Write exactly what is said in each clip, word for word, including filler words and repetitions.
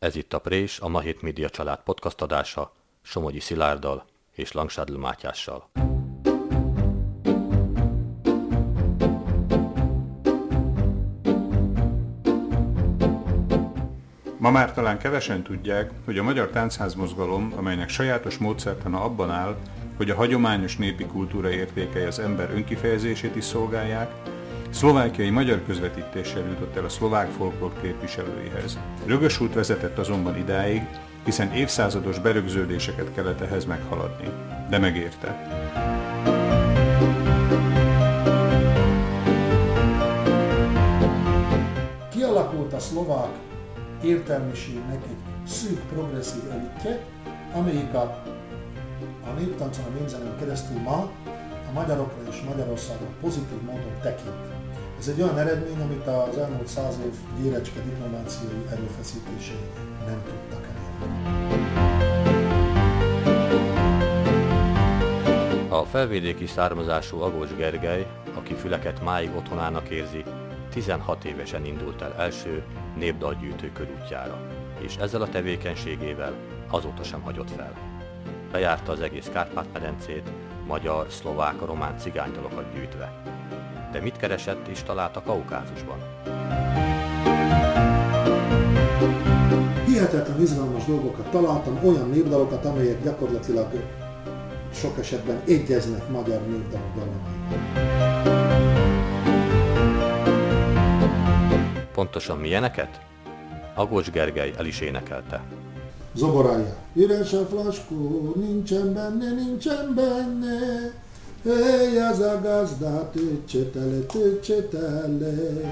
Ez itt a Prés, a Ma hét Média Család podcast adása Somogyi Szilárddal és Langsadl Mátyással. Ma már talán kevesen tudják, hogy a magyar táncházmozgalom, amelynek sajátos módszertana abban áll, hogy a hagyományos népi kultúra értékei az ember önkifejezését is szolgálják, szlovákiai magyar közvetítéssel jutott el a szlovák folklór képviselőihez. Rögös út vezetett azonban idáig, hiszen évszázados berögződéseket kellett ehhez meghaladni. De megérte. Kialakult a szlovák értelmiségnek egy szűk progresszív elitje, amelyik a, a néptáncon, a népzenén keresztül ma a magyarokra és Magyarországra pozitív módon tekint. Ez egy olyan eredmény, amit az elmúlt száz év gyérecske diplomáciai erőfeszítései nem tudtak elérni. A felvidéki származású Agócs Gergely, aki Füleket máig otthonának érzi, tizenhat évesen indult el első népdalgyűjtő körútjára, és ezzel a tevékenységével azóta sem hagyott fel. Bejárta az egész Kárpát-medencét, magyar, szlovák, román cigánydalokat gyűjtve. De mit keresett és talált a Kaukázusban? Hihetetlen izgalmas dolgokat találtam, olyan népdalokat, amelyek gyakorlatilag sok esetben egyeznek magyar népdalok dallamaival. Pontosan milyeneket? Agócs Gergely el is énekelte. Zoborája. Üres a flaskó, nincsen benne, nincsen benne. Hey, az a gazda, töltse tele, töltse tele.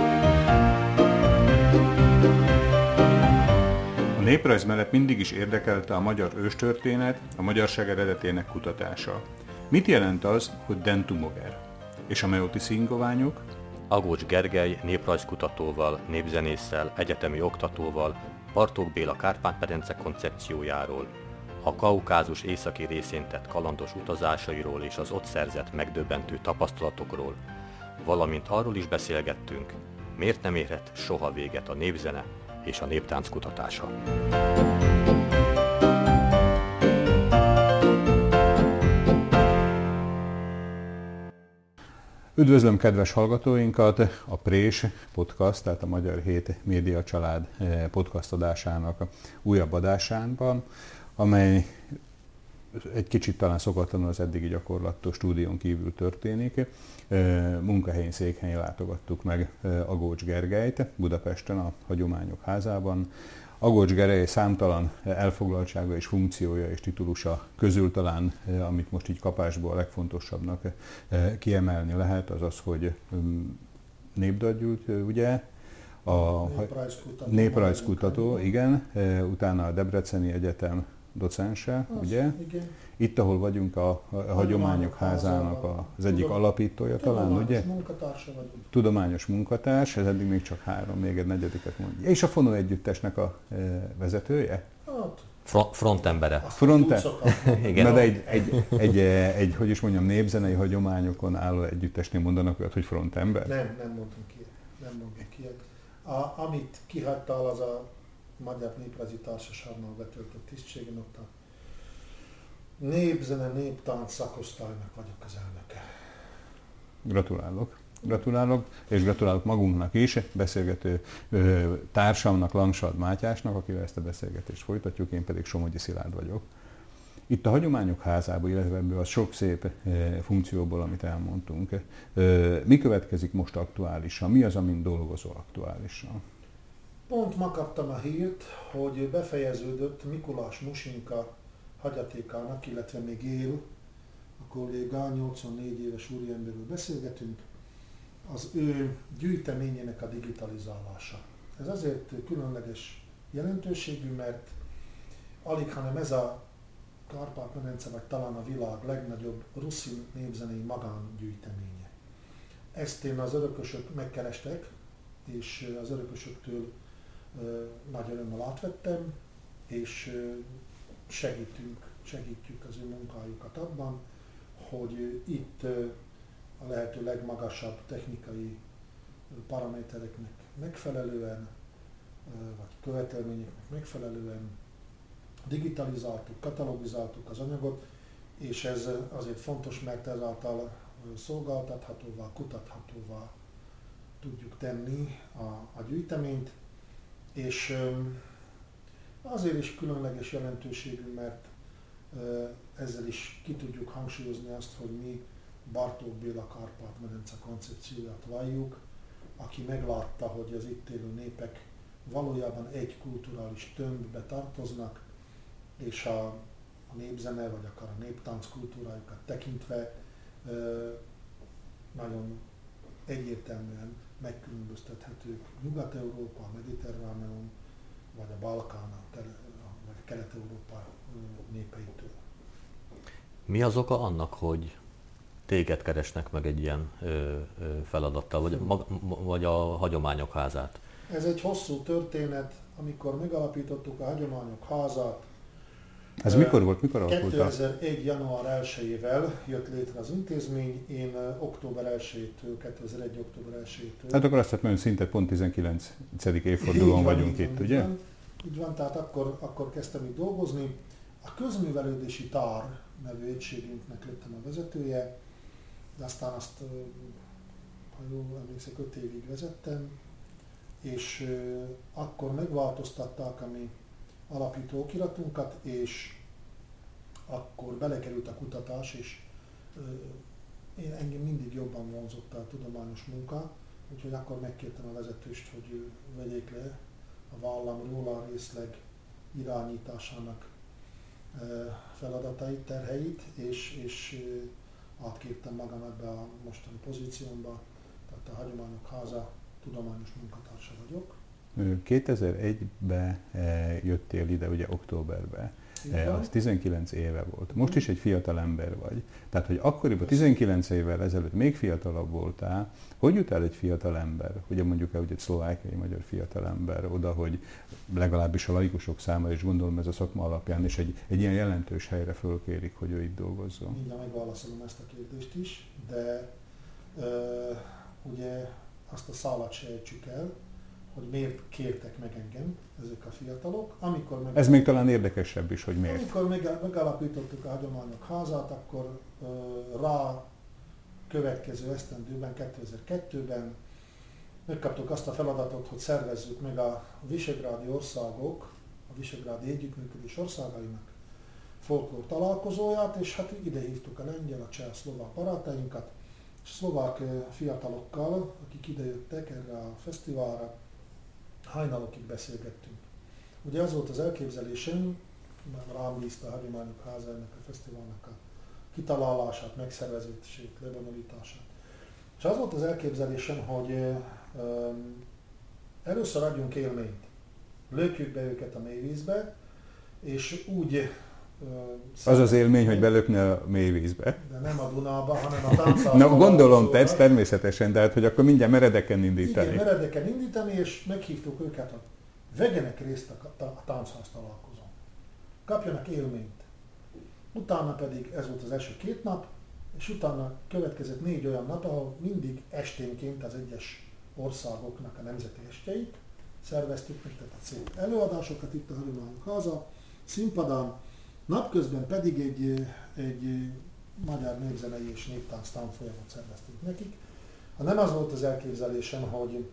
A néprajz mellett mindig is érdekelte a magyar őstörténet, a magyarság eredetének kutatása. Mit jelent az, hogy dentumoger? És a meoti szingoványok? Agócs Gergely néprajzkutatóval, népzenésszel, egyetemi oktatóval, Bartók Béla Kárpát-medence koncepciójáról, a Kaukázus északi részén tett kalandos utazásairól és az ott szerzett megdöbbentő tapasztalatokról, valamint arról is beszélgettünk, miért nem érhet soha véget a népzene és a néptánc kutatása. Üdvözlöm kedves hallgatóinkat! A Prés podcast, tehát a Magyar Hét Média Család podcast adásának újabb adásában, amely egy kicsit talán szokatlanul az eddigi gyakorlattól stúdión kívül történik. Munkahelyén, székhelyén látogattuk meg Agócs Gergelyt Budapesten, a Hagyományok Házában. Agócs Gergely számtalan elfoglaltsága és funkciója és titulusa közül talán, amit most így kapásból a legfontosabbnak kiemelni lehet, az az, hogy népdalgyűjtő, ugye? A Néprajzkutató. Néprajzkutató, igen. Utána a Debreceni Egyetem docense, az, ugye? Igen. Itt, ahol vagyunk, a, a Hagyományok Házának az egyik Tudom, alapítója talán, ugye? Munkatársa vagyunk. Tudományos munkatárs, ez eddig még csak három, még egy negyediket mondja. És a Fonó Együttesnek a e, vezetője? Hát, Front, frontembere. Fronte? Igen. Na de egy, egy, egy, egy, egy, hogy is mondjam, népzenei hagyományokon álló együttesnél mondanak olyat, hogy frontember? Nem, nem mondtunk ki. Nem mondtunk ki. A, amit kihagytál, az a Magyar Néprajzi Társaságnál betöltött tisztségen, ott a népzene, néptánc szakosztálynak vagyok az elnöke. Gratulálok. Gratulálok, és gratulálok magunknak is, beszélgető ö, társamnak, Langsadl Mátyásnak, akivel ezt a beszélgetést folytatjuk, én pedig Somogyi Szilárd vagyok. Itt a Hagyományok Házában, illetve ebből a sok szép e, funkcióból, amit elmondtunk, e, mi következik most aktuálisan? Mi az, amin dolgozol aktuálisan? Pont ma kaptam a hírt, hogy befejeződött Mikulás Musinka hagyatékának, illetve még él a kolléga, nyolcvannégy éves úriemberről beszélgetünk, az ő gyűjteményének a digitalizálása. Ez azért különleges jelentőségű, mert alig, hanem ez a Kárpát-medence, vagy talán a világ legnagyobb ruszin népzenei magángyűjteménye. Ezt én az örökösök megkerestek, és az örökösöktől nagy örömmel átvettem, és segítünk, segítjük az ő munkájukat abban, hogy itt a lehető legmagasabb technikai paramétereknek megfelelően vagy követelményeknek megfelelően digitalizáltuk, katalogizáltuk az anyagot, és ez azért fontos, mert ezáltal szolgáltathatóvá, kutathatóvá tudjuk tenni a, a gyűjteményt, és azért is különleges jelentőségű, mert ezzel is ki tudjuk hangsúlyozni azt, hogy mi Bartók Béla Kárpát-medence koncepcióját valljuk, aki meglátta, hogy az itt élő népek valójában egy kulturális tömbbe tartoznak, és a, a népzene, vagy akár a néptánc kultúrájukat tekintve nagyon egyértelműen megkülönböztethetők Nyugat-Európa, a Mediterráneum, vagy a Balkán, vagy a Kelet-Európa népeitől. Mi az oka annak, hogy téged keresnek meg egy ilyen ö, ö, feladattal, vagy, mag, vagy a Hagyományok Házát? Ez egy hosszú történet, amikor megalapítottuk a Hagyományok Házát. Ez mikor volt, mikor alakult? kétezer-egy. január elsejével jött létre az intézmény, én október elsejétől, kétezer-egy. október elsejétől. Hát akkor azt hiszem, hogy szinte pont tizenkilencedik évfordulón vagyunk van, itt, így ugye? Van, így van, tehát akkor, akkor kezdtem itt dolgozni. A közművelődési tár nevű egységünknek lettem a vezetője, de aztán azt, ha jól emlékszek, öt évig vezettem, és akkor megváltoztatták a mi alapító okiratunkat, és akkor belekerült a kutatás, és én engem mindig jobban vonzott a tudományos munka, úgyhogy akkor megkértem a vezetőst, hogy vegyék le a vállamról a részleg irányításának feladatait, terheit, és, és átkértem magam ebbe a mostani pozíciómba, tehát a Hagyományok Háza tudományos munkatársa vagyok. kétezer-egyben jöttél ide, ugye októberben, az tizenkilenc éve volt. Most is egy fiatal ember vagy. Tehát, hogy akkoriban tizenkilenc évvel ezelőtt még fiatalabb voltál, hogy jut el egy fiatal ember, ugye mondjuk el, hogy egy szlovákiai magyar fiatal ember oda, hogy legalábbis a laikusok számára is gondolom ez a szakma alapján, és egy, egy ilyen jelentős helyre fölkérik, hogy ő itt dolgozzon. Mindjárt megválaszolom ezt a kérdést is, de ö, ugye azt a szálat se ejtsük el, hogy miért kértek meg engem ezek a fiatalok. Amikor meg, Ez még talán érdekesebb is, hogy miért. Amikor meg, megalapítottuk a Hagyományok Házát, akkor ö, rá következő esztendőben, kétezer-kettőben megkaptuk azt a feladatot, hogy szervezzük meg a visegrádi országok, a visegrádi együttműködés országainak folklór találkozóját, és hát ide hívtuk a lengyel, a cseh, a szlovák barátainkat, és szlovák fiatalokkal, akik idejöttek erre a fesztiválra, hajnalokig beszélgettünk. Ugye az volt az elképzelésem, rám bízta a Hagyományok Háza ennek a fesztiválnak a kitalálását, megszervezését, lebonyolítását. És az volt az elképzelésem, hogy ö, először adjunk élményt. Lökjük be őket a mélyvízbe, és úgy... Ö, az az élmény, hogy belökne a mélyvízbe. De nem a Dunába, hanem a táncásztal. Na gondolom, te természetesen, de hát, hogy akkor mindjárt meredeken indítani. Igen, meredeken indítani, és meghívtuk őket, hogy vegyenek részt a, a táncház találkozón. Kapjanak élményt. Utána pedig ez volt az első két nap, és utána következett négy olyan nap, ahol mindig esténként az egyes országoknak a nemzeti estjeit szerveztük meg, tehát a szép előadásokat itt a Hagyományok Háza színpadán, napközben pedig egy, egy magyar népzenei és néptánc tanfolyamot szerveztünk nekik. Ha nem az volt az elképzelésem, hogy,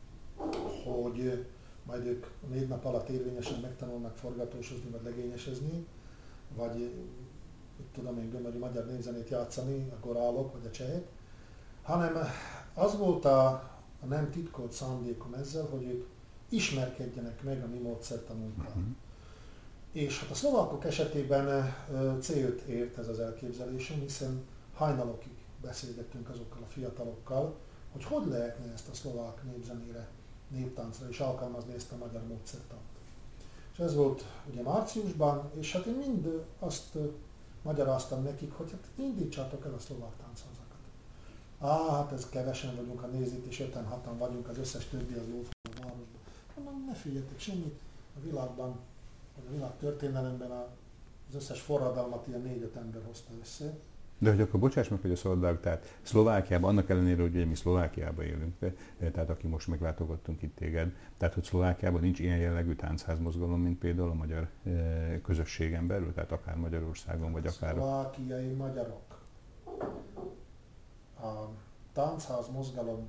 hogy majd ők négy nap alatt érvényesen megtanulnak forgatósozni, vagy legényesezni, vagy tudom én, gömöri magyar népzenét játszani, a gorálok vagy a csehek, hanem az volt a, a nem titkolt szándékom ezzel, hogy ők ismerkedjenek meg a mi módszertanunkkal. Uh-huh. És hát a szlovákok esetében célt ért ez az elképzelésem, hiszen hajnalokig beszélgettünk azokkal a fiatalokkal, hogy hogy lehetne ezt a szlovák népzenére, néptáncra is alkalmazni ezt a magyar módszertant. És ez volt ugye márciusban, és hát én mind azt magyaráztam nekik, hogy hát indítsátok el a szlovák táncházakat. Á, hát ez kevesen vagyunk, ha nézik, és öten, hatan vagyunk, az összes többi az jó a városban. Mondom, ne figyeljetek semmit, a világban, vagy a világ történelemben az összes forradalmat ilyen négy-öt ember hozta össze. De hogy akkor bocsáss meg, hogy a szabadvágok, tehát Szlovákiában, annak ellenére, hogy ugye mi Szlovákiában élünk, tehát aki most meglátogattunk itt téged, tehát hogy Szlovákiában nincs ilyen jellegű táncházmozgalom, mint például a magyar közösségen belül, tehát akár Magyarországon, vagy akár... Szlovákiai magyarok. A táncházmozgalom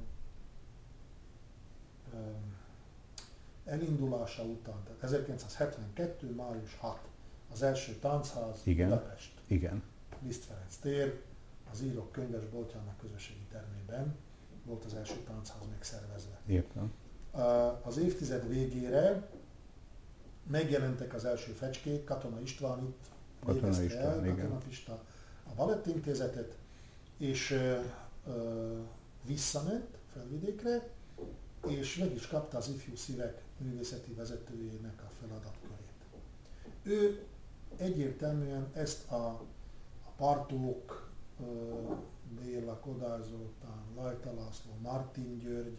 elindulása után, tehát ezerkilencszázhetvenkettő. május hatodika az első táncház Budapest. Igen. Liszt Ferenc tér, az Írók könyvesboltjának közösségi termében volt az első táncház megszervezve. Értem. Az évtized végére megjelentek az első fecskék, Katona István itt Katona István, el, Katona Pista a Balettintézetet, és ö, ö, visszament Felvidékre, és meg is kapta az Ifjú Szívek művészeti vezetőjének a feladatkörét. Ő egyértelműen ezt a, a Bartók, Béla, Kodály Zoltán, Lajta László, Martin György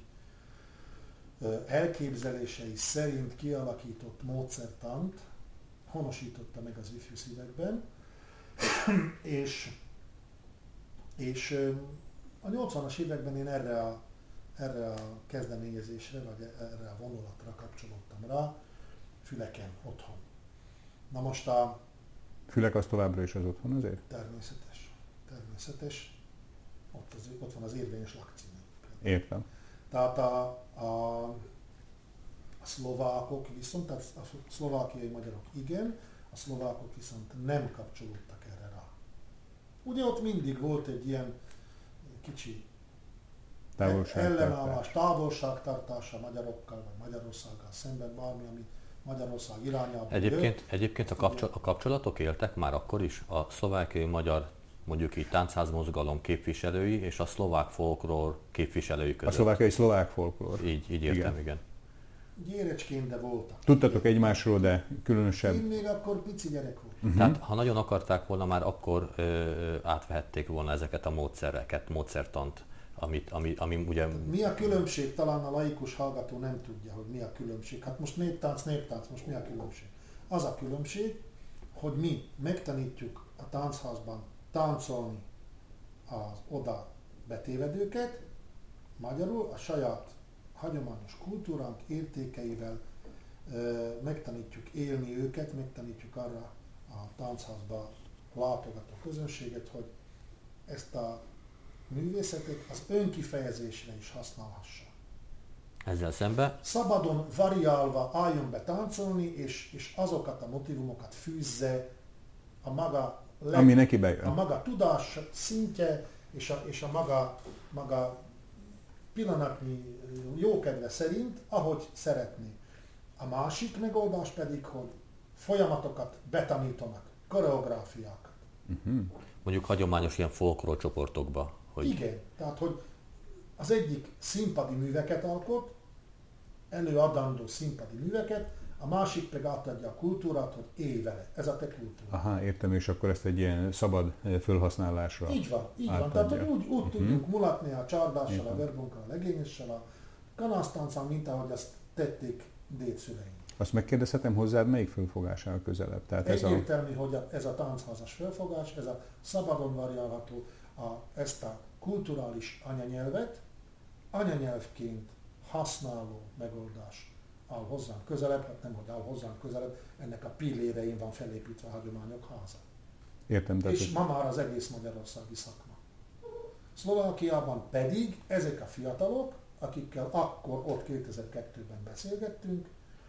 elképzelései szerint kialakított módszertant honosította meg az Ifjú Szívekben, és, és a nyolcvanas években én erre a, erre a kezdeményezésre, vagy erre a vonulatra kapcsolódtam rá, Füleken, otthon. Na most a... Fülek az továbbra is az otthon azért? Természetes. Természetes. Ott, az, ott van az érvényes lakcíme. Értem. Tehát a, a, a szlovákok viszont, tehát a szlovákiai magyarok igen, a szlovákok viszont nem kapcsolódtak erre rá. Ugye ott mindig volt egy ilyen kicsi ellenállás, távolságtartás a magyarokkal, vagy Magyarországgal szemben, bármi, ami Magyarország irányába Egyébként, jött. egyébként a, kapcsol- a kapcsolatok éltek már akkor is? A szlovákiai magyar, mondjuk így táncházmozgalom képviselői és a szlovák folklór képviselői között. A szlovákiai szlovák folklór. Így, így értem, igen. igen. Gyérecsként, de voltak. Tudtatok egymásról, de különösebb. Én még akkor pici gyerek voltam. Uh-huh. Tehát ha nagyon akarták volna, már akkor ö, ö, átvehették volna ezeket a módszereket, módszertant, amit, ami, ami ugye... Mi a különbség? Talán a laikus hallgató nem tudja, hogy mi a különbség. Hát most néptánc, néptánc, most mi a különbség? Az a különbség, hogy mi megtanítjuk a táncházban táncolni az oda betévedőket, magyarul a saját hagyományos kultúránk értékeivel ö, megtanítjuk élni őket, megtanítjuk arra a táncházba látogató közönséget, hogy ezt a művészetet az önkifejezésre is használhassa. Ezzel szemben? Szabadon, variálva álljon be táncolni, és, és azokat a motivumokat fűzze a maga, leg, Ami neki bejön. a maga tudás szintje, és a, és a maga, maga pillanatnyi jókedve szerint, ahogy szeretné. A másik megoldás pedig, hogy folyamatokat betanítanak, koreográfiákat. Uh-huh. Mondjuk hagyományos ilyen folklór csoportokba. Hogy... Igen, tehát hogy az egyik színpadi műveket alkot, előadandó színpadi műveket, a másik pedig átadja a kultúrát, hogy élj vele. Ez a te kultúra. Aha, értem, és akkor ezt egy ilyen szabad fölhasználásra Így van, így átadja. van. Tehát hogy úgy, úgy uh-huh. tudjunk mulatni a csárdással, Igen. a verbunkkal, a legényessel, a kanásztánccal, mint ahogy azt tették dédszüleink. Azt megkérdezhetem hozzád, melyik fölfogására közelebb? Tehát ez a... Egyértelmű, hogy a, ez a táncházas felfogás, ez a szabadon variálható, a, ezt a kulturális anyanyelvet anyanyelvként használó megoldás áll hozzánk közelebb, hát nem, hogy áll hozzánk közelebb, ennek a pillérein van felépítve a hagyományok háza. Értem, tehát És ma már az egész magyarországi szakma. Szlovákiában pedig ezek a fiatalok, akikkel akkor ott kétezer-kettőben beszélgettünk,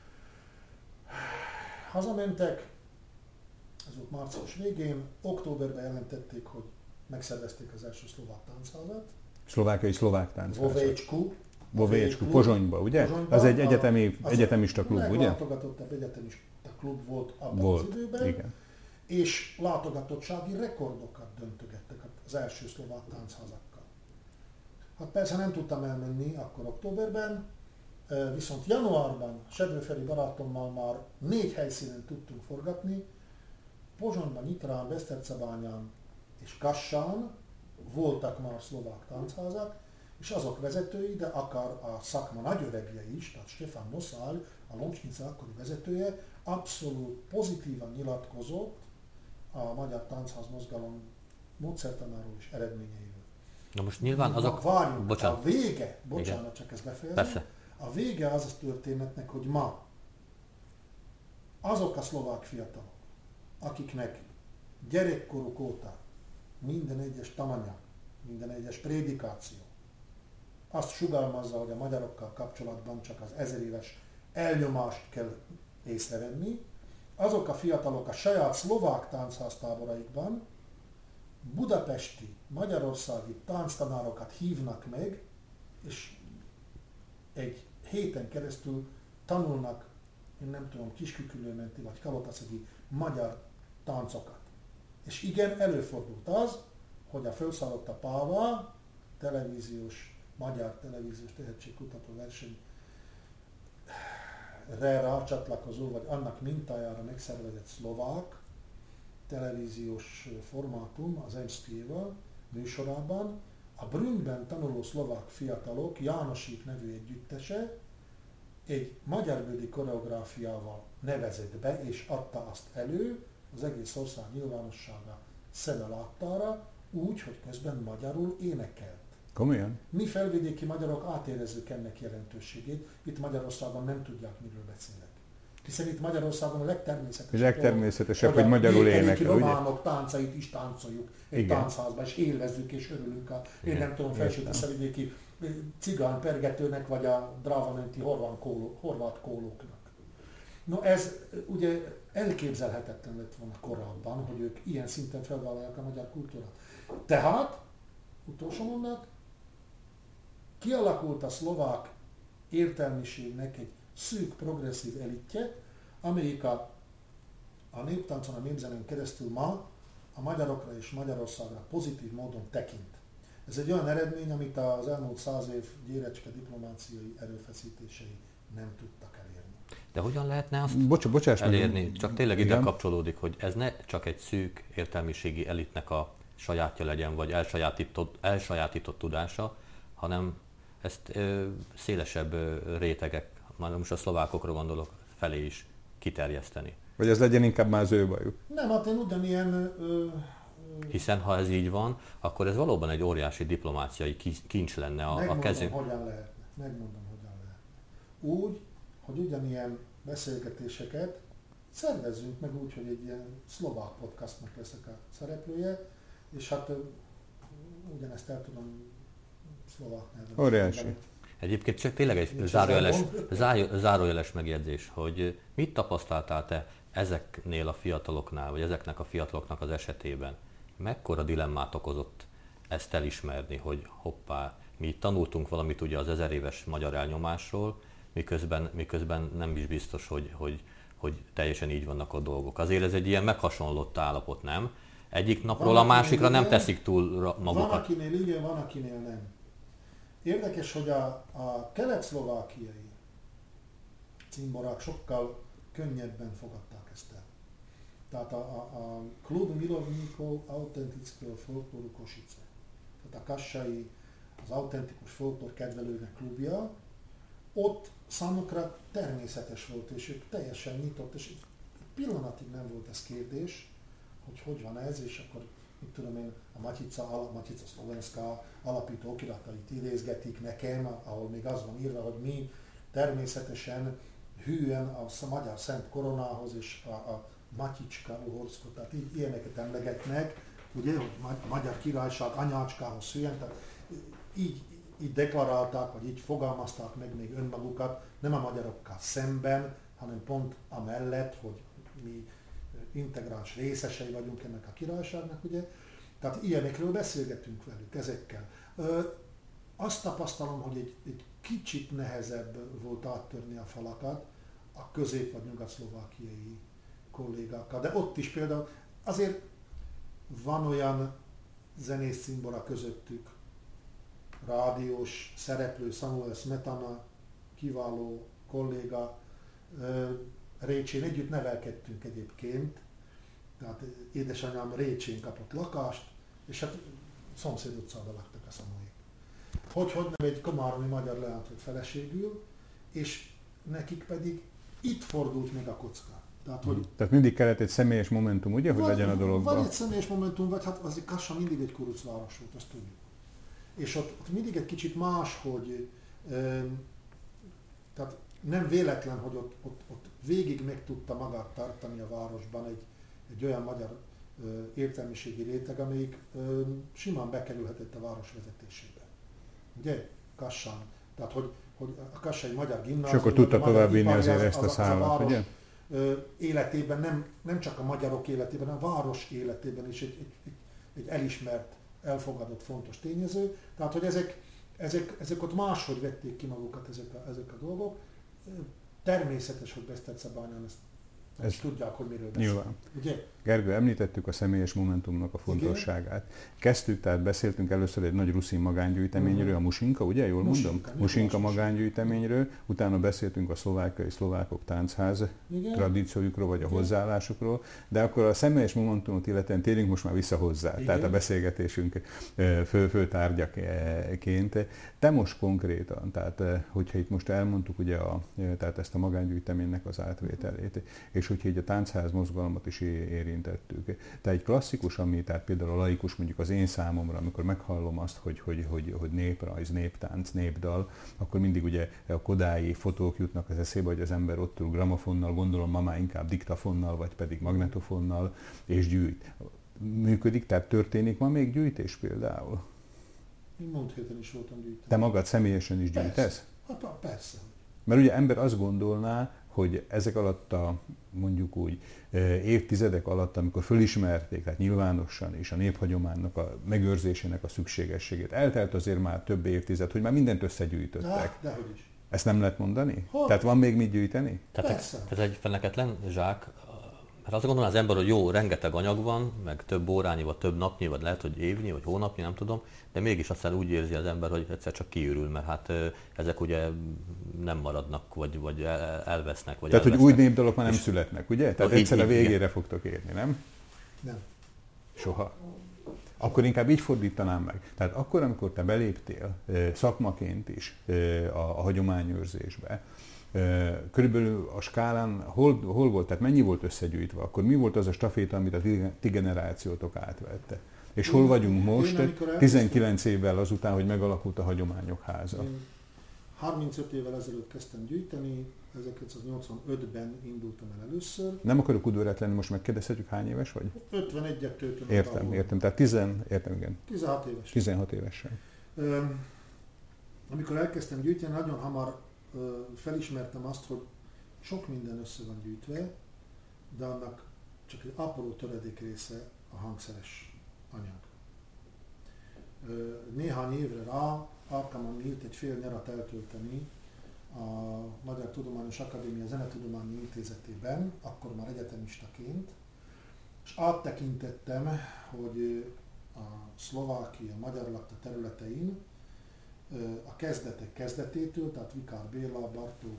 hazamentek, ez volt március végén, októberben jelentették, hogy megszervezték az első szlovák táncházat. Szlovákiai szlovák táncházat. Vovécsku. Vovécsku, Pozsonyba, ugye? Pozsonyba, az egy egyetemi, az egyetemista klub, ugye? Legváltogatottabb egyetemista klub volt abban Volt, az időben, igen. és látogatottsági rekordokat döntögettek az első szlovák táncházakkal. Hát persze nem tudtam elmenni akkor októberben, viszont januárban Sedvőferi barátommal már négy helyszínen tudtunk forgatni, Pozsonyban, Nyitrán, Besztercebányán és Kassán voltak már szlovák táncházak, és azok vezetői, de akár a szakma nagyöregjei is, tehát Stefan Noszál, a Lomsnica akkori vezetője, abszolút pozitívan nyilatkozott a magyar táncház mozgalom módszertanáról és eredményeiről. Na most nyilván azok... Várjunk, bocsánat. a vége, bocsánat, Igen. csak ezt befejezem. Persze. A vége az a történetnek, hogy ma azok a szlovák fiatalok, akiknek gyerekkoruk óta minden egyes tananyag, minden egyes prédikáció azt sugalmazza, hogy a magyarokkal kapcsolatban csak az ezeréves elnyomást kell észrevenni, azok a fiatalok a saját szlovák táncháztáboraikban budapesti, magyarországi tánctanárokat hívnak meg, és egy héten keresztül tanulnak, én nem tudom, Kiskükülőmenti vagy Kalotaszegi magyar táncokat. És igen, előfordult az, hogy a felszállott a Páva, televíziós, magyar televíziós tehetségkutató versenyre rácsatlakozó, vagy annak mintájára megszervezett szlovák televíziós formátum az em es zé té-vel műsorában a Brünnben tanuló szlovák fiatalok Jánosik nevű együttese egy magyarbődi koreográfiával nevezett be és adta azt elő az egész ország nyilvánossága szeme láttára, úgy, hogy közben magyarul énekelt. Komolyan? Mi felvidéki magyarok átérezzük ennek jelentőségét, itt Magyarországon nem tudják, miről beszélek. Hiszen itt Magyarországon a legtermészetesebb, legtermészetesebb hogy, hogy magyarul énekel, ugye? románok táncait is táncoljuk egy igen. táncházban, és élvezzük és örülünk a, én nem tudom, felső-tiszavidéki cigán pergetőnek, vagy a Dráva-menti horvát, kóló, horvát kólóknak. No ez ugye elképzelhetetlen lett volna korábban, hogy ők ilyen szinten felvállalják a magyar kultúrát. Tehát, utolsó mondat, kialakult a szlovák értelmiségnek egy szűk, progresszív elitje, amelyik a, a néptáncon, a népzenén keresztül ma a magyarokra és Magyarországra pozitív módon tekint. Ez egy olyan eredmény, amit az elmúlt száz év gyérecske diplomáciai erőfeszítései nem tudtak elérni. De hogyan lehetne azt Bocs, bocsáss elérni? meg. Csak tényleg ide Igen. kapcsolódik, hogy ez ne csak egy szűk értelmiségi elitnek a sajátja legyen, vagy elsajátított, elsajátított tudása, hanem ezt ö, szélesebb ö, rétegek, már most a szlovákokra gondolok, felé is kiterjeszteni. Vagy ez legyen inkább már az ő bajuk. Nem, hát én ugyanilyen... Ö, ö, Hiszen ha ez így van, akkor ez valóban egy óriási diplomáciai kincs lenne a, a kezén. Megmondom, hogyan lehetne. Megmondom, hogyan lehetne. Úgy, hogy ugyanilyen beszélgetéseket szervezzünk meg úgy, hogy egy ilyen szlovák podcastnak leszek a szereplője, és hát ö, ugyanezt el tudom szlovák nyelven. Óriási. Egyébként csak tényleg egy zárójeles, zárójeles megjegyzés, hogy mit tapasztaltál te ezeknél a fiataloknál, vagy ezeknek a fiataloknak az esetében? Mekkora dilemmát okozott ezt elismerni, hogy hoppá, mi itt tanultunk valamit ugye az ezer éves magyar elnyomásról, miközben, miközben nem is biztos, hogy, hogy, hogy teljesen így vannak a dolgok. Azért ez egy ilyen meghasonlott állapot, nem? Egyik napról van, a másikra nem igen, teszik túl magukat. Van akinél igen, van akinél nem. Érdekes, hogy a, a kelet-szlovákiai cimborák sokkal könnyebben fogadták ezt el. Tehát a, a, a Klub Milovníkov autentického folklóru Košice, tehát a kassai, az autentikus folklór kedvelőnek klubja, ott számukra természetes volt, és ők teljesen nyitott, és egy pillanatig nem volt ez kérdés, hogy hogy van ez, és akkor mit tudom én, a Matica, Matica Szlovenská alapító okiratait idézgetik nekem, ahol még az van írva, hogy mi természetesen hűen a magyar Szent Koronához és a, a Maticska Uhorszko, tehát így ilyeneket emlegetnek, ugye, hogy a Magyar Királyság anyácskához hűen, tehát így, így deklarálták, vagy így fogalmazták meg még önmagukat, nem a magyarokkal szemben, hanem pont amellett, hogy mi integráns részesei vagyunk ennek a királyságnak, ugye. Tehát ilyenekről beszélgetünk velük, ezekkel. Ö, azt tapasztalom, hogy egy, egy kicsit nehezebb volt áttörni a falakat a közép- vagy nyugat-szlovákiai kollégákkal. De ott is például azért van olyan zenész cimbora közöttük, rádiós szereplő, Samuel Smetana, kiváló kolléga, Récsén együtt nevelkedtünk egyébként, tehát édesanyám Récsén kapott lakást, és hát szomszéd utcában laktak a Samuék. Hogy-hogy nem egy komáromi magyar leánt volt feleségül, és nekik pedig itt fordult meg a kocka. Tehát, hogy Tehát mindig kellett egy személyes momentum, ugye, hogy vagy, legyen a dologban? Vagy egy személyes momentum, vagy hát azért Kassa mindig egy kurucváros volt, azt tudjuk. És ott, ott mindig egy kicsit más, hogy e, tehát nem véletlen, hogy ott, ott, ott végig meg tudta magát tartani a városban egy, egy olyan magyar e, értelmiségi réteg, amelyik e, simán bekerülhetett a város vezetésébe. Ugye? Kassán. Tehát, hogy, hogy a Kassai magyar gimnázium... És akkor tudta tovább vinni azért ezt a szállat, ugye? Életében, nem, nem csak a magyarok életében, hanem a város életében is egy, egy, egy, egy elismert, elfogadott fontos tényező. Tehát, hogy ezek, ezek, ezek ott máshogy vették ki magukat ezek a, ezek a dolgok. Természetes, hogy Besztercebányán ezt, ezt tudják, hogy miről beszélünk. Ugye? Gergő, említettük a személyes momentumnak a fontosságát. Igen? Kezdtük, tehát beszéltünk először egy nagy ruszin magángyűjteményről, uh-huh. a Musinka, ugye? Jól Musinka, mondom? Musinka magángyűjteményről, utána beszéltünk a szlovákiai szlovákok táncház igen? tradíciójukról, vagy a igen? hozzáállásukról, de akkor a személyes momentumot illetően térjünk most már vissza hozzá, igen? tehát a beszélgetésünk fő, fő tárgyaként. Te most konkrétan, tehát hogyha itt most elmondtuk ugye a, tehát ezt a magángyűjteménynek az átvételét, és hogyha így a táncház mozgalmat is éri érintettük. Tehát egy klasszikus, ami, tehát például a laikus mondjuk az én számomra, amikor meghallom azt, hogy, hogy, hogy, hogy néprajz, néptánc, népdal, akkor mindig ugye a kodályi fotók jutnak az eszébe, hogy az ember ott ül gramofonnal, gondolom ma már inkább diktafonnal, vagy pedig magnetofonnal, és gyűjt. Működik, tehát történik ma még gyűjtés például? Én múlt héten is voltam gyűjteni. Te magad személyesen is gyűjtesz? Persze. Hát persze. Mert ugye ember azt gondolná, hogy ezek alatt a mondjuk úgy évtizedek alatt, amikor fölismerték, tehát nyilvánosan is a néphagyománynak a megőrzésének a szükségességét, eltelt azért már több évtized, hogy már mindent összegyűjtöttek. De, dehogy is. Ezt nem lehet mondani? Hogy? Tehát van még mit gyűjteni? Tehát ez egy feneketlen zsák. Mert azt gondolom az ember, hogy jó, rengeteg anyag van, meg több órányi, vagy több napnyi, vagy lehet, hogy évnyi, vagy hónapnyi, nem tudom, de mégis aztán úgy érzi az ember, hogy egyszer csak kiürül, mert hát ezek ugye nem maradnak, vagy, vagy elvesznek. Vagy Tehát, elvesznek. hogy új népdalok már nem születnek, ugye? Tehát egyszer a végére fogtok érni, nem? Nem. Soha. Akkor inkább így fordítanám meg. Tehát akkor, amikor te beléptél szakmaként is a, a hagyományőrzésbe, körülbelül a skálán hol, hol volt, tehát mennyi volt összegyűjtve, akkor mi volt az a staféta, amit a ti, ti generációtok átvette? És hol vagyunk most, én, tizenkilenc évvel azután, hogy megalakult a Hagyományok Háza? Én harmincöt évvel ezelőtt kezdtem gyűjteni, ezerkilencszáznyolcvanötben indultam el először. Nem akarok udvariat lenni, most megkérdezhetjük, hány éves vagy? ötvenegyet töltöm. Értem, értem, tehát tizen, értem, igen. tizenhat éves. tizenhat évesen. Um, amikor elkezdtem gyűjteni, nagyon hamar uh, felismertem azt, hogy sok minden össze van gyűjtve, de annak csak egy apró töredék része a hangszeres anyag. Uh, néhány évre rá alkalmam nyílt egy fél nyarat eltölteni a Magyar Tudományos Akadémia Zenetudományi Intézetében, akkor már egyetemistaként, és áttekintettem, hogy a Szlovákia, magyar lakta területein a kezdetek kezdetétől, tehát Vikár Béla, Bartók,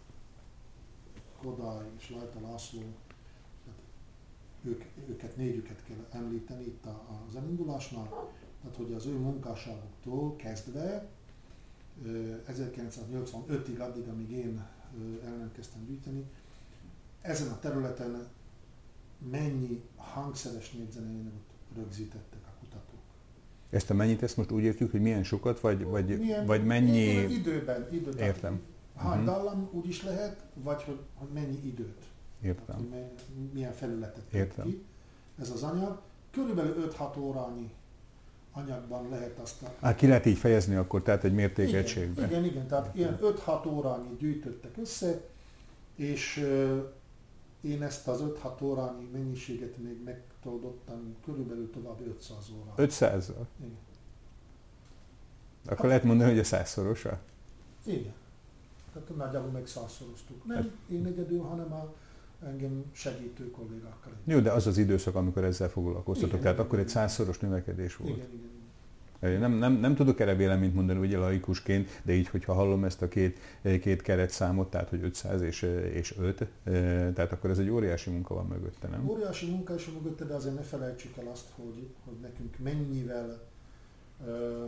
Kodály és Lajta László, ők, őket négyüket kell említeni itt az elindulásnál, tehát hogy az ő munkásságuktól kezdve ezerkilencszáznyolcvanötig, addig, amíg én el nem kezdtem gyűjteni, ezen a területen mennyi hangszeres népzeneanyagot rögzítettek a kutatók. Ezt a mennyit, ezt most úgy értjük, hogy milyen sokat, vagy, vagy, milyen, vagy mennyi... Milyen időben, időben. Értem. Hány uh-huh. dallam úgy is lehet, vagy hogy, hogy mennyi időt. Értem. Tehát, hogy milyen felületet Értem. ki ez az anyag. Körülbelül öt-hat órányi anyagban lehet azt a... Á, ki lehet így fejezni akkor, tehát egy mértékegységben. Igen, igen, igen, tehát ilyen öt-hat órányi gyűjtöttek össze, és uh, én ezt az öt-hat órányi mennyiséget még megtoldottam körülbelül további ötszáz óra. ötszázzal? Igen. Akkor hát, lehet mondani, hogy a százszorosa? Igen. Tehát nagyjából meg százszoroztuk. Nem hát, én egyedül, hanem a engem segítő kollégákkal. Jó, de az az időszak, amikor ezzel foglalkoztatok, igen, tehát igen, akkor igen. Egy százszoros növekedés volt. Igen, igen. Nem, nem, nem tudok erre véleményt mondani, ugye laikusként, de így, hogyha hallom ezt a két, két keretszámot, tehát hogy ötszáz és, és öt, tehát akkor ez egy óriási munka van mögötte, nem? Óriási munka is mögötte, de azért ne felejtsük el azt, hogy, hogy nekünk mennyivel ö,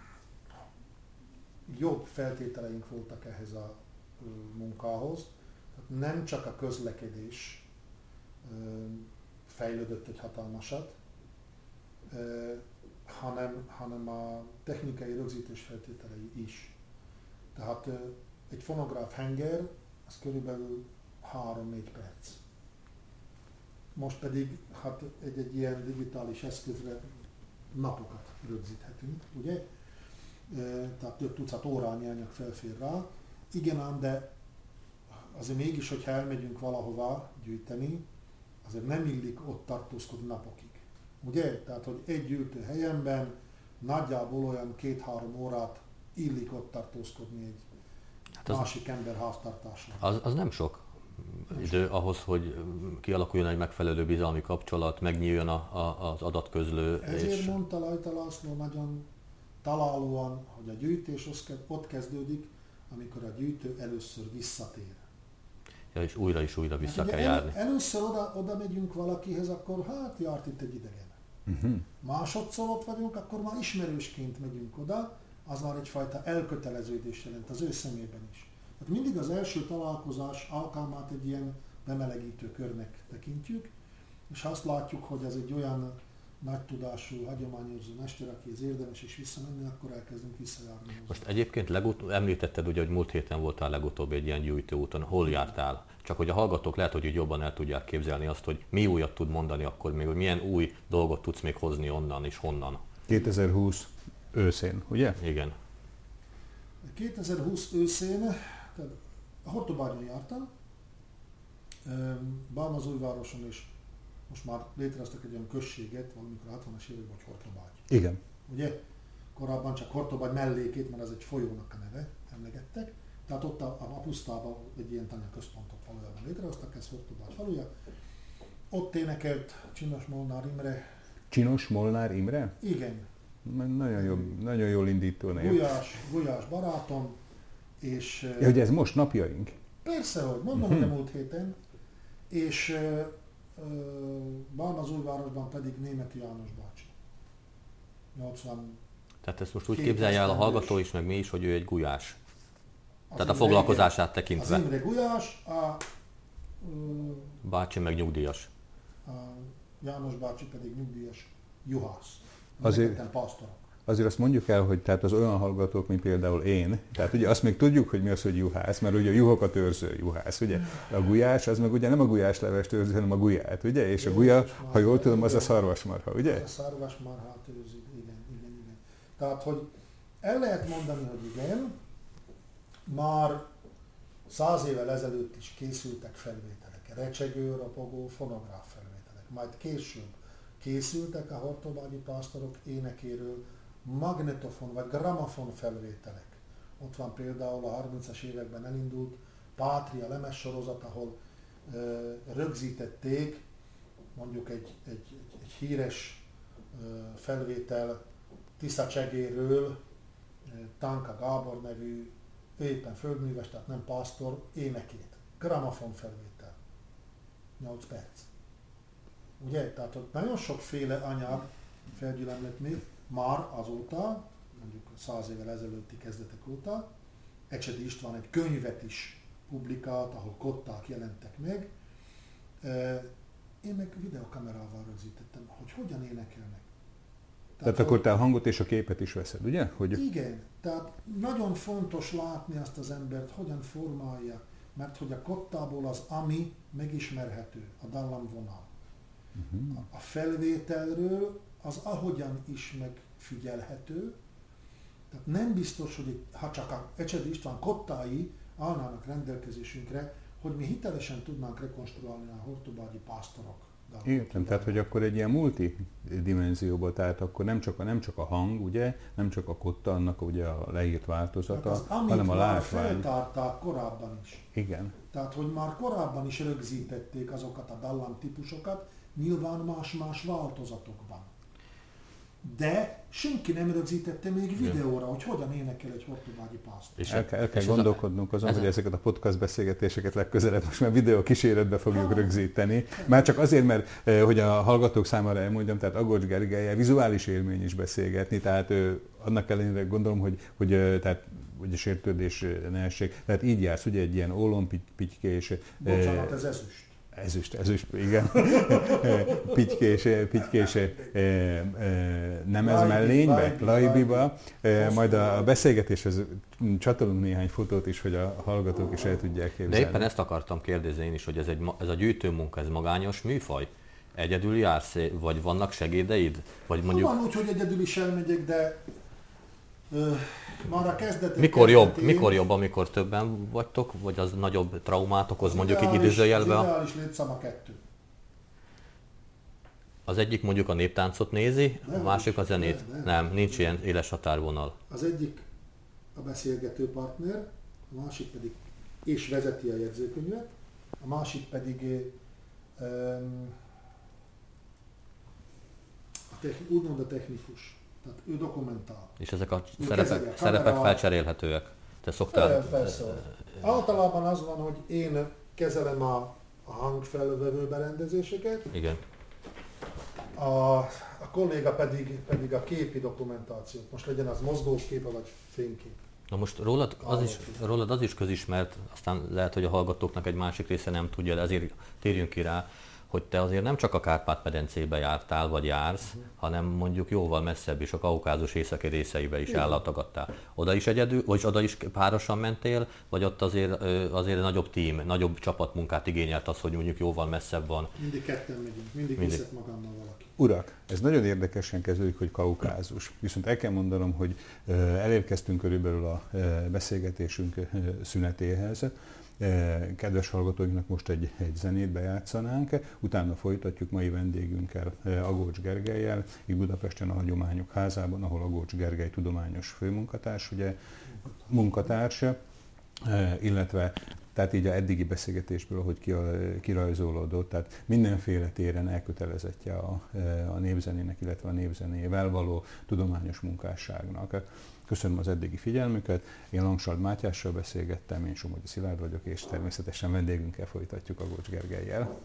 jobb feltételeink voltak ehhez a ö, munkához. Tehát nem csak a közlekedés fejlődött egy hatalmasat, hanem, hanem a technikai rögzítés feltételei is. Tehát egy fonográf henger, az körülbelül három-négy perc. Most pedig hát egy, egy ilyen digitális eszközre napokat rögzíthetünk, ugye? Tehát több tucat órányi anyag felfér rá. Igen ám, de azért mégis, hogyha elmegyünk valahová gyűjteni, azért nem illik ott tartózkodni napokig. Ugye? Tehát, hogy egy gyűjtőhelyenben nagyjából olyan két-három órát illik ott tartózkodni egy hát az másik ember háztartásán. Az, az nem sok idő ahhoz, hogy kialakuljon egy megfelelő bizalmi kapcsolat, megnyíljon a, a, az adatközlő. Ezért és... mondta Lajta László nagyon találóan, hogy a gyűjtés ott kezdődik, amikor a gyűjtő először visszatér. Ja, és újra és újra vissza hát kell el, járni. Először oda, oda megyünk valakihez, akkor hát járt itt egy idegen. Uh-huh. Másodszor ott vagyunk, akkor már ismerősként megyünk oda, az már egyfajta elköteleződés jelent az ő szemében is. Tehát mindig az első találkozás alkalmát egy ilyen bemelegítő körnek tekintjük, és azt látjuk, hogy ez egy olyan nagy tudású, hagyományozó mester, akihez érdemes is visszamenni, akkor elkezdünk visszajárni. Most egyébként legut- említetted, ugye, hogy múlt héten voltál legutóbb egy ilyen gyűjtőúton. Hol jártál? Csak hogy a hallgatók lehet, hogy úgy jobban el tudják képzelni azt, hogy mi újat tud mondani akkor még, hogy milyen új dolgot tudsz még hozni onnan és honnan. kétezer-húsz őszén, ugye? Igen. kétezer-húsz őszén, tehát a Hortobágyon jártam, Bálnazújvároson is most már létrehoztak egy olyan községet, valamikor a hatvanas években, vagy Hortobágy. Igen. Ugye? Korábban csak Hortobágy mellékét, mert ez egy folyónak a neve, emlegettek. Tehát ott a, a pusztában egy ilyen tanyaközpontot valójában létrehoztak, ez Hortobágy faluja. Ott énekelt Csinos Molnár Imre. Csinos Molnár Imre? Igen. Nagyon, jó, nagyon jól indító név. Gulyás, Gulyás barátom, és... Ja, hogy ez most napjaink? Persze, hogy mondom, hogy a múlt héten. És Bálnazújvárosban pedig Németi János bácsi. nyolcvan Tehát ezt most úgy képzelje el a hallgató is, meg mi is, hogy ő egy gulyás. Tehát a foglalkozását tekintve. Az Imre gulyás, a bácsi meg nyugdíjas. A János bácsi pedig nyugdíjas juhász. Azért, azért azt mondjuk el, hogy tehát az olyan hallgatók, mint például én, tehát ugye azt még tudjuk, hogy mi az, hogy juhász, mert ugye a juhokat őrző juhász, ugye? A gulyás, az meg ugye nem a gulyáslevest őrzi, hanem a gulyát, ugye? És a gulya, ha jól tudom, az a szarvasmarha, ugye? Az a szarvasmarhát őrzi, igen, igen, igen. Tehát, hogy el lehet mondani, hogy igen, már száz évvel ezelőtt is készültek felvételek, recsegő, ropogó, fonográf felvételek, majd később készültek a hortobágyi pásztorok énekéről magnetofon vagy gramofon felvételek. Ott van például a harmincas években elindult Pátria lemezsorozat, ahol ö, rögzítették mondjuk egy, egy, egy, egy híres ö, felvétel Tisza Csegéről, Tánka Gábor nevű, éppen földműves, tehát nem pásztor, énekét. Gramofon felvétel. nyolc perc. Ugye? Tehát ott nagyon sokféle anyag felgyülemlett még, már azóta, mondjuk száz évvel ezelőtti kezdetek óta, Ecsedi István egy könyvet is publikált, ahol kották jelentek meg. Én meg videokamerával rögzítettem, hogy hogyan énekelnek. Tehát, tehát akkor te a hangot és a képet is veszed, ugye? Hogy... Igen, tehát nagyon fontos látni azt az embert, hogyan formálja, mert hogy a kottából az ami megismerhető, a dallamvonal. Uh-huh. A felvételről az ahogyan is megfigyelhető, tehát nem biztos, hogy ha csak a Ecsedi István kottái állnának rendelkezésünkre, hogy mi hitelesen tudnánk rekonstruálni a hortobágyi pásztorok. Értem, tehát hogy akkor egy ilyen multidimenzióban, tehát akkor nem csak, a, nem csak a hang, ugye, nem csak a kotta, annak ugye a leírt változata, az, hanem a látvány. Feltárták korábban is. Igen. Tehát, hogy már korábban is rögzítették azokat a dallam típusokat, nyilván más-más változatokban. De senki nem rögzítette még videóra, hogy hogyan énekel egy hortobágyi pásztor. És el, el kell és gondolkodnunk azon, hogy ezeket a podcast beszélgetéseket legközelebb most már videó kíséretbe fogjuk ha. rögzíteni. Már csak azért, mert hogy a hallgatók számára elmondjam, tehát Agocs Gergellyel vizuális élmény is beszélgetni, tehát annak ellenére gondolom, hogy, hogy tehát ugye sértődés ne essék. Tehát így jársz, ugye egy ilyen ólompittykés. Bocsánat, ez ezüst. Ezüst, ezüst, igen. Pitykés, pitykés nem ez mellénybe, lajbiba. Majd a beszélgetéshez csatolunk néhány fotót is, hogy a hallgatók is el tudják képzelni. De éppen ezt akartam kérdezni én is, hogy ez, egy, ez a gyűjtőmunka, ez magányos műfaj? Egyedül jársz, vagy vannak segédeid? Vagy mondjuk... Van úgy, hogy egyedül is elmegyek, de uh, már a kezdetén... Mikor jobb, mikor jobb, amikor többen vagytok, vagy az nagyobb traumát okoz, az mondjuk így időzőjelben? Az ideális létszám a kettő. Az egyik mondjuk a néptáncot nézi, nem, a másik a zenét. Nem, nem. nem, nincs ilyen éles határvonal. Az egyik a beszélgető partner, a másik pedig és vezeti a jegyzőkönyvet, a másik pedig um, a techni, úgymond a technikus. Tehát ő dokumentál. És ezek a szerepek, szerepek felcserélhetőek? Te szoktál? Persze. Általában az van, hogy én kezelem a, a hangfelvevő berendezéseket. Igen. A, a kolléga pedig, pedig a képi dokumentációt. Most legyen az mozgóképe vagy fénykép. Na most rólad az, is, rólad az is közismert, aztán lehet, hogy a hallgatóknak egy másik része nem tudja, de azért térjünk ki rá, hogy te azért nem csak a Kárpát-medencébe jártál, vagy jársz, uh-huh. hanem mondjuk jóval messzebb is, a Kaukázus északi részeibe is ellátogattál. Oda is egyedül, vagy oda is párosan mentél, vagy ott azért, azért nagyobb tím, nagyobb csapatmunkát igényelt az, hogy mondjuk jóval messzebb van? Mindig ketten megyünk, mindig, mindig. Viszek magammal valaki. Urak, ez nagyon érdekesen kezdődik, hogy Kaukázus. Viszont el kell mondanom, hogy elérkeztünk körülbelül a beszélgetésünk szünetéhez. Kedves hallgatóinknak most egy, egy zenét bejátszanánk, utána folytatjuk mai vendégünkkel, Agócs Gergellyel, itt Budapesten a Hagyományok Házában, ahol Agócs Gergely tudományos főmunkatárs, ugye munkatársa, illetve tehát így a eddigi beszélgetésből, hogy ki, kirajzolódott, tehát mindenféle téren elkötelezettje a, a népzenének, illetve a népzenével való tudományos munkásságnak. Köszönöm az eddigi figyelmüket, én Langsald Mátyással beszélgettem, én Somogyi Szilárd vagyok, és természetesen vendégünkkel folytatjuk Agócs Gergellyel.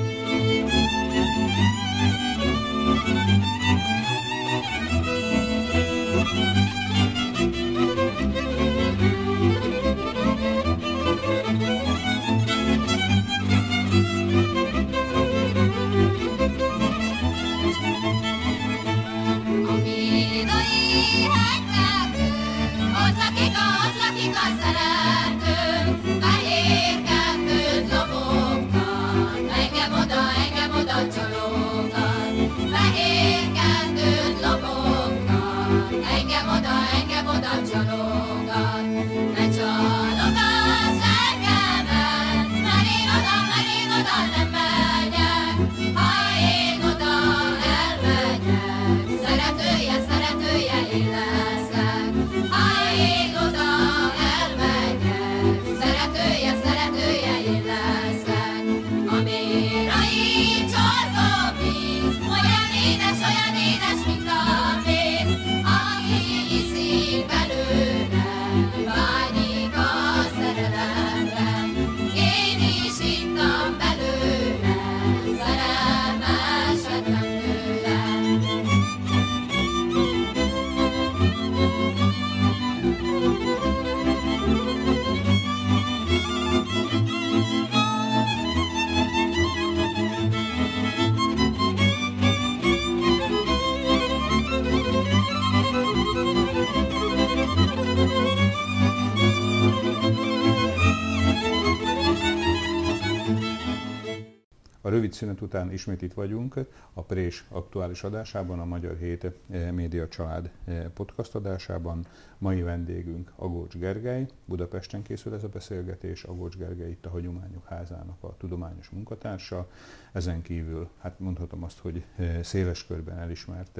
Rövid szünet után ismét itt vagyunk a Prés aktuális adásában, a Magyar Hét Média Család podcast adásában. Mai vendégünk Agócs Gergely, Budapesten készül ez a beszélgetés, Agócs Gergely itt a Hagyományok Házának a tudományos munkatársa. Ezen kívül, hát mondhatom azt, hogy széles körben elismert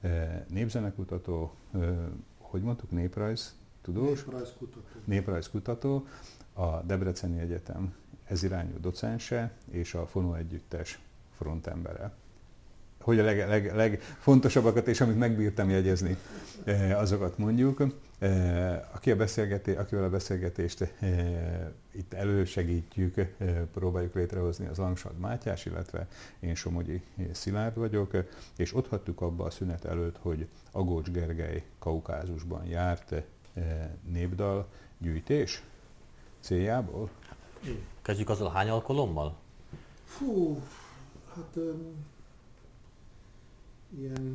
népzenekutató, hogy mondtuk, néprajz tudós? Néprajzkutató. Néprajzkutató, a Debreceni Egyetem ez irányú docense és a Fonó Együttes frontembere. Hogy a leg, leg, legfontosabbakat, és amit megbírtam jegyezni, azokat mondjuk. Aki a beszélgetés, akivel a beszélgetést itt elősegítjük, próbáljuk létrehozni, az Langsald Mátyás, illetve én Somogyi Szilárd vagyok, és ott hagytuk abba a szünet előtt, hogy Agócs Gergely Kaukázusban járt népdal gyűjtés céljából. Kezdjük azzal, hány alkalommal? Fú, hát um, ilyen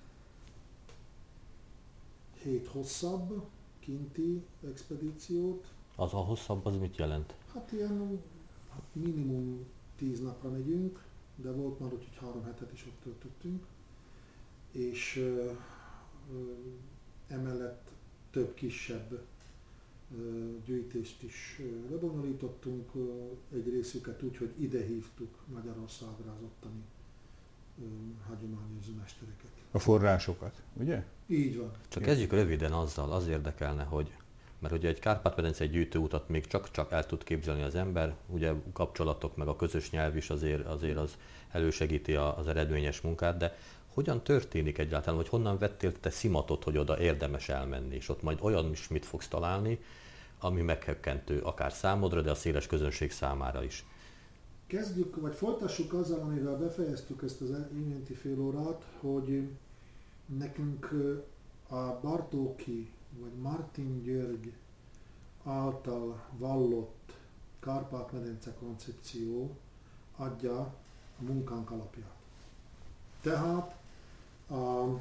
hét hosszabb kinti expedíciót. Az a hosszabb, az mit jelent? Hát ilyen minimum tíz napra megyünk, de volt már úgy, hogy három hetet is ott töltöttünk. És ö, ö, emellett több kisebb ö, gyűjtést is ö, lebonyolítottunk, ö, egy részüket úgy, hogy ide hívtuk Magyarországra az ottani ö, hagyományos mestereket. A forrásokat, ugye? Így van. Csak kezdjük röviden azzal, az érdekelne, hogy mert ugye egy Kárpát-medencei gyűjtőutat még csak-csak el tud képzelni az ember, ugye kapcsolatok meg a közös nyelv is azért, azért az elősegíti az eredményes munkát, de hogyan történik egyáltalán, vagy honnan vettél te szimatot, hogy oda érdemes elmenni, és ott majd olyan is mit fogsz találni, ami meghökkentő akár számodra, de a széles közönség számára is. Kezdjük, vagy folytassuk azzal, amivel befejeztük ezt az iménti fél órát, hogy nekünk a Bartóki vagy Martin György által vallott Kárpát-medence koncepció adja a munkánk alapját. Tehát a,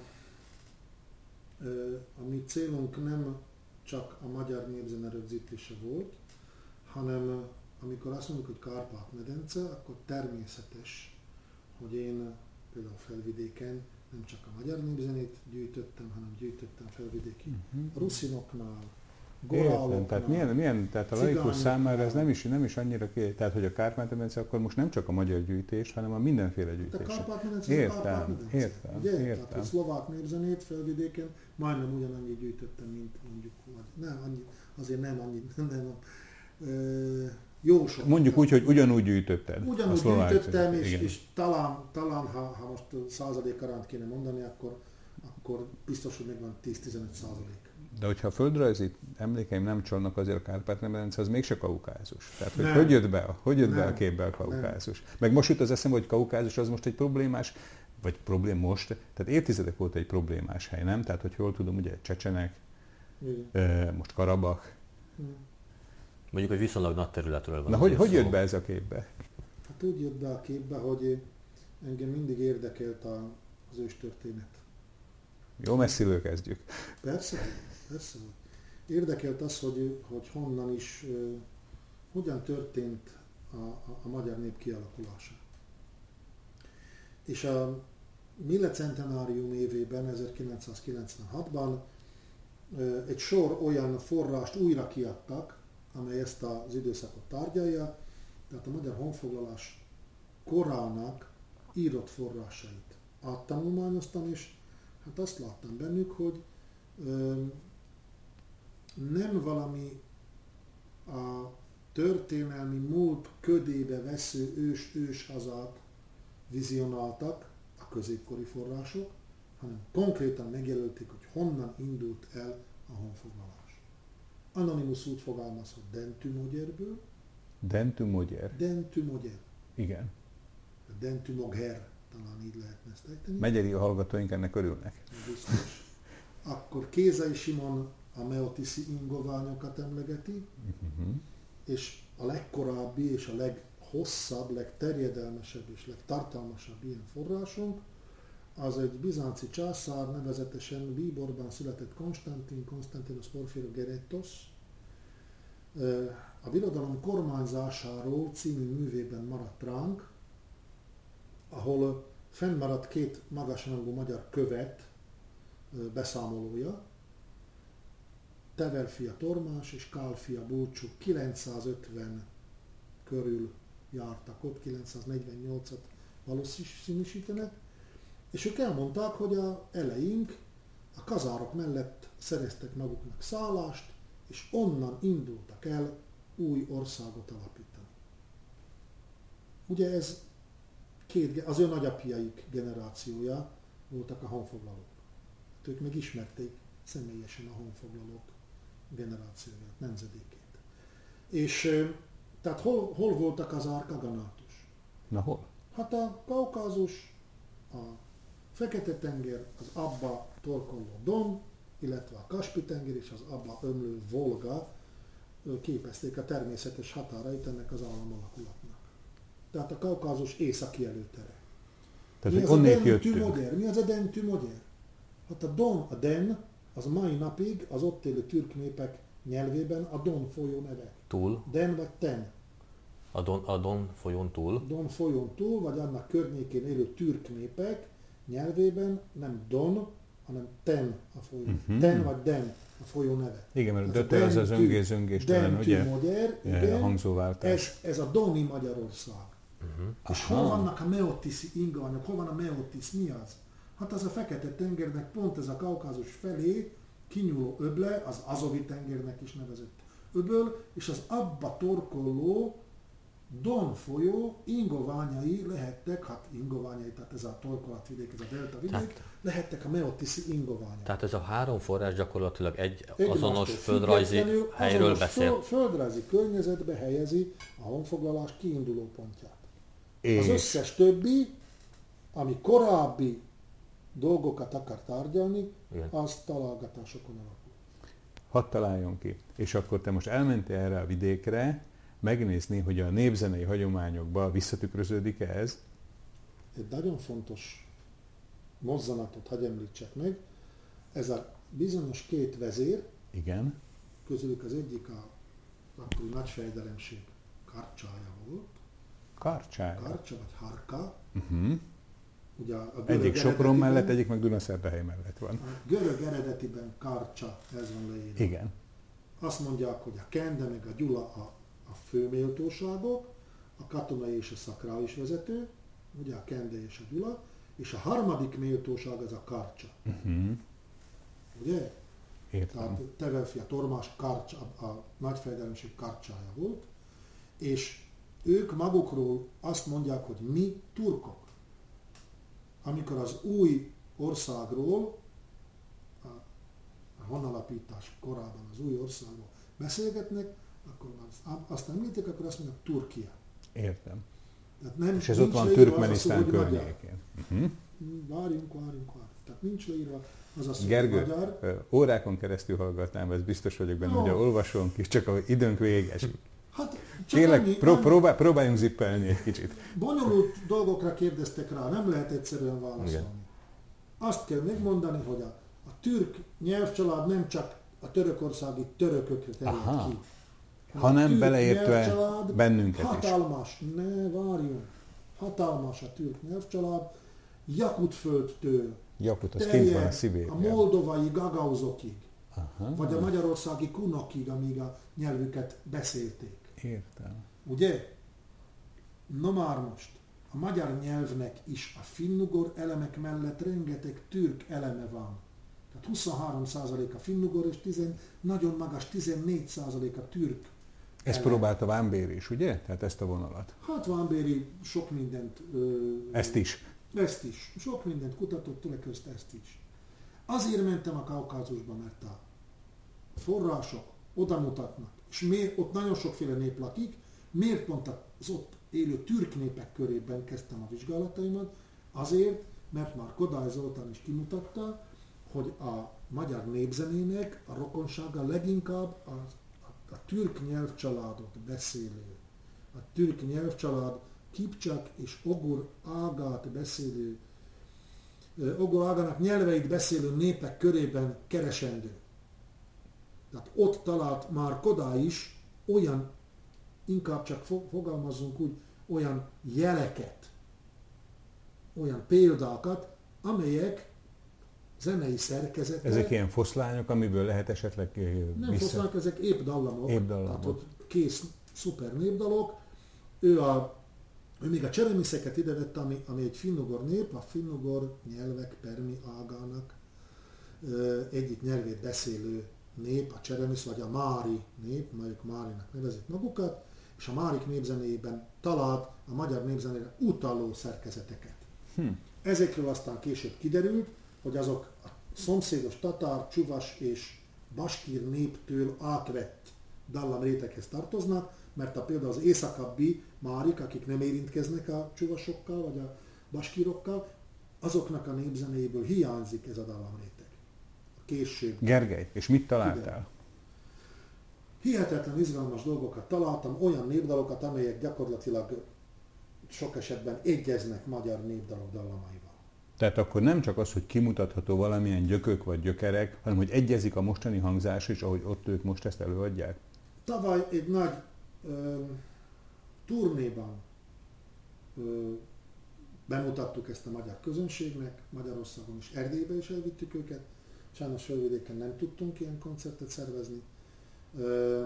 a mi célunk nem csak a magyar népzene rögzítése volt, hanem amikor azt mondjuk, hogy Kárpát-medence, akkor természetes, hogy én például Felvidéken nem csak a magyar népzenét gyűjtöttem, hanem gyűjtöttem felvidéki uh-huh. ruszinoknál, goráloknál. Tehát, milyen, milyen, tehát a laikus számára ez nem is, nem is annyira ki, tehát hogy a Kárpát-medence akkor most nem csak a magyar gyűjtés, hanem a mindenféle gyűjtés. A Kárpát-medence értem, a Kárpát-medence. Értem, Ugye? értem. Tehát a szlovák népzenét felvidéken majdnem ugyanannyi gyűjtöttem, mint mondjuk, vagy nem annyi, azért nem annyi, nem, nem ö, jó sok. Mondjuk úgy, hogy ugyanúgy gyűjtötted. Ugyanúgy gyűjtöttem, és, és talán, talán ha, ha most százalék arányt kéne mondani, akkor, akkor biztos, hogy megvan tíz-tizenöt százalék. De hogyha a földrajzi emlékeim nem csalnak, azért a Kárpát-medence az mégse Kaukázus. Tehát, hogy nem. hogy jött be, hogy jött nem. be a képbe a Kaukázus. Nem. Meg most jut az eszembe, hogy Kaukázus az most egy problémás, vagy problém most, tehát évtizedek volt egy problémás hely, nem? Tehát, hogy jól tudom, ugye csecsenek, igen. Most Karabach. Igen. Mondjuk, hogy viszonylag nagy területről van. Na, hogy, hogy jött be ez a képbe? Hát úgy jött be a képbe, hogy engem mindig érdekelt a, az őstörténet. Jó messziről kezdjük. Persze, persze. Érdekelt az, hogy, hogy honnan is, uh, hogyan történt a, a, a magyar nép kialakulása. És a millecentenárium évében, ezerkilencszázkilencvenhatban uh, egy sor olyan forrást újra kiadtak, amely ezt az időszakot tárgyalja, tehát a magyar honfoglalás korának írott forrásait áttanulmányoztam, és hát azt láttam bennük, hogy ö, nem valami a történelmi múlt ködébe vesző ős-őshazát vizionáltak a középkori források, hanem konkrétan megjelölték, hogy honnan indult el a honfoglalás. Anonymous úgy fogalmaz, hogy Dentű Mogyerből. Dentű Mogyer. Dentű Mogyer. Igen. Dentű Mogher, talán így lehetne ezt ejteni. Megyeri hallgatóink ennek örülnek. Biztos. Akkor Kézai Simon a meotiszi ingoványokat emlegeti, uh-huh. és a legkorábbi és a leghosszabb, legterjedelmesebb és legtartalmasabb ilyen forrásunk az egy bizánci császár, nevezetesen Bíborban született Konstantin, Konstantinos Porphyrogenetos. A Birodalom kormányzásáról című művében maradt ránk, ahol fennmaradt két magasrangú magyar követ beszámolója, Tever fia Tormás és Kál fia Bulcsú kilencszázötven körül jártak ott, kilencszáznegyvennyolcat valószínűsítenek, és ők elmondták, hogy az eleink a kazárok mellett szereztek maguknak szállást, és onnan indultak el új országot alapítani. Ugye ez két, az ő nagyapjaik generációja voltak a honfoglalók. Hát ők meg ismerték személyesen a honfoglalók generációját, nemzedékét. És tehát hol, hol voltak az árkaganátus? Na hol? Hát a Kaukázus, a Fekete-tenger, az abba torkolló Don, illetve a Kaspi-tenger és az abba ömlő Volga képezték a természetes határait ennek az államalakulatnak. tehát a Kaukázus északi előtere. Tehát, Mi hogy az a onnét den jöttünk. tümogyer? Mi az a den tümogyer? Hát a Don, a Den, az mai napig az ott élő türk népek nyelvében a Don folyó neve. Túl? Den vagy Ten. A Don, a Don folyón túl? Don folyón túl, vagy annak környékén élő türk népek nyelvében nem Don, hanem Ten a folyó. Uh-huh. Ten vagy Den a folyó neve. Igen, mert a Ez a döte az az Den tű- öngész-öngéstelen, Den ugye? tümogyer, A igen, hangzóváltás. ez, ez a Doni Magyarország. Uh-huh. És Aha. hol vannak a Meotiszi ingványok? Hol van a Meotis? Mi az? Hát az a Fekete-tengernek pont ez a Kaukázus felé kinyúló öble, az Azovi-tengernek is nevezett öböl, és az abba torkolló Don folyó ingoványai lehettek, hát ingoványai, tehát ez a torkolatvidék, ez a delta vidék, Tehát- lehettek a Meotiszi ingoványok. Tehát ez a három forrás gyakorlatilag egy Egymástól azonos földrajzi függetlenül helyről azonos beszél. föl- földrajzi környezetbe helyezi a honfoglalás kiinduló pontját. Az És összes többi, ami korábbi dolgokat akar tárgyalni, Igen. az találgatásokon alapul. hadd találjon ki. És akkor te most elmentél erre a vidékre, megnézni, hogy a népzenei hagyományokban visszatükröződik-e ez? Egy nagyon fontos mozzanatot hadd említsek meg. Ez a bizonyos két vezér, Igen. közülük az egyik a akkori nagyfejdelemség Karcsája volt, Karcsája. Karcsa vagy Harka. Uh-huh. Ugye a görög Egyik Sopron eredetiben- mellett, egyik meg Dunaszerdahely mellett van. A görög eredetiben Karcsa, ez van leírva. Igen. Azt mondják, hogy a Kende meg a Gyula a, a főméltóságok, a katonai és a szakrális vezető, ugye a Kende és a Gyula, és a harmadik méltóság az a Karcsa. Uh-huh. Ugye? Értem. Tehát Tevelfia Tormás Karcsa, a, a nagyfejdelemség Karcsája volt, és ők magukról azt mondják, hogy mi turkok. Amikor az új országról, a, a honalapítás korában az új országról beszélgetnek, akkor azt, azt említik, akkor azt mondják Turkia. Értem. Tehát nem, És ez ott nincs van leírva az a Türkmenisztán szó, hogy magyar. környékén. Uh-huh. Várjunk, várjunk, várjunk. Tehát nincs leírva az a szó, hogy Gergő, magyar. ö, órákon keresztül hallgatnám, ez biztos vagyok benne, Jó. hogy a olvasónk is, csak ahogy időnk véges. Hát csak Kérlek, annyi, pró- annyi próbál, próbáljunk zippelni egy kicsit. bonyolult dolgokra kérdeztek rá, nem lehet egyszerűen válaszolni. Igen. Azt kell megmondani, hogy a, a türk nyelvcsalád nem csak a törökországi törökökre terjed Aha. ki. Hanem a türk beleértve nyelvcsalád bennünket is. hatalmas, ne várjunk, hatalmas a türk nyelvcsalád, Jakutföldtől Jakut, az kint van a terjed a Szibérián. moldovai gagauzokig, Aha, vagy a magyarországi kunokig, amíg a nyelvüket beszélték. értem. Ugye? Na már most, a magyar nyelvnek is a finnugor elemek mellett rengeteg türk eleme van. Tehát huszonhárom százalék a finnugor, és tíz, nagyon magas tizennégy százalék a türk. Ezt elem. próbálta Vámbér is, ugye? Tehát ezt a vonalat. Hát Vámbéry sok mindent... Ö, Ezt is. Ezt is. Sok mindent kutatott, többek közt ezt is. Azért mentem a Kaukázusba, mert a források oda mutatnak, és miért, ott nagyon sokféle nép lakik, miért pont az ott élő türk népek körében kezdtem a vizsgálataimat? Azért, mert már Kodály Zoltán is kimutatta, hogy a magyar népzenének a rokonsága leginkább a, a, a türk nyelvcsaládot beszélő, a türk nyelvcsalád Kipcsak és Ogur ágát beszélő, Ogur ágának nyelveit beszélő népek körében keresendő. Tehát ott talált már Kodály is olyan, inkább csak fogalmazzunk úgy, olyan jeleket, olyan példákat, amelyek zenei szerkezetek. Ezek ilyen foszlányok, amiből lehet esetleg Nem vissza... foszlányok, ezek épdallamok. Épdallamok. Tehát ott kész szuper népdalok. Ő, a, ő még a cseremiszeket idevette, ami, ami egy finnugor nép, a finnugor nyelvek permi ágának ö, egyik nyelvét beszélő nép, a cseremisz, vagy a mári nép, melyik márinak nevezik magukat, és a márik népzenéjében talált a magyar népzenére utaló szerkezeteket. Hm. Ezekről aztán később kiderült, hogy azok a szomszédos tatár, csuvas és baskír néptől átvett dallamréteghez tartoznak, mert a, például az északabbi márik, akik nem érintkeznek a csuvasokkal vagy a baskírokkal, azoknak a népzenéjéből hiányzik ez a dallamréteg. Később. Gergely, és mit találtál? Igen. Hihetetlen izgalmas dolgokat találtam, olyan népdalokat, amelyek gyakorlatilag sok esetben egyeznek magyar népdalok dallamaival. Tehát akkor nem csak az, hogy kimutatható valamilyen gyökök vagy gyökerek, hanem hogy egyezik a mostani hangzás is, ahogy ott ők most ezt előadják? Tavaly egy nagy ö, turnéban ö, bemutattuk ezt a magyar közönségnek, Magyarországon is, Erdélybe is elvittük őket, sajnos Fölvidéken nem tudtunk ilyen koncertet szervezni. Ö,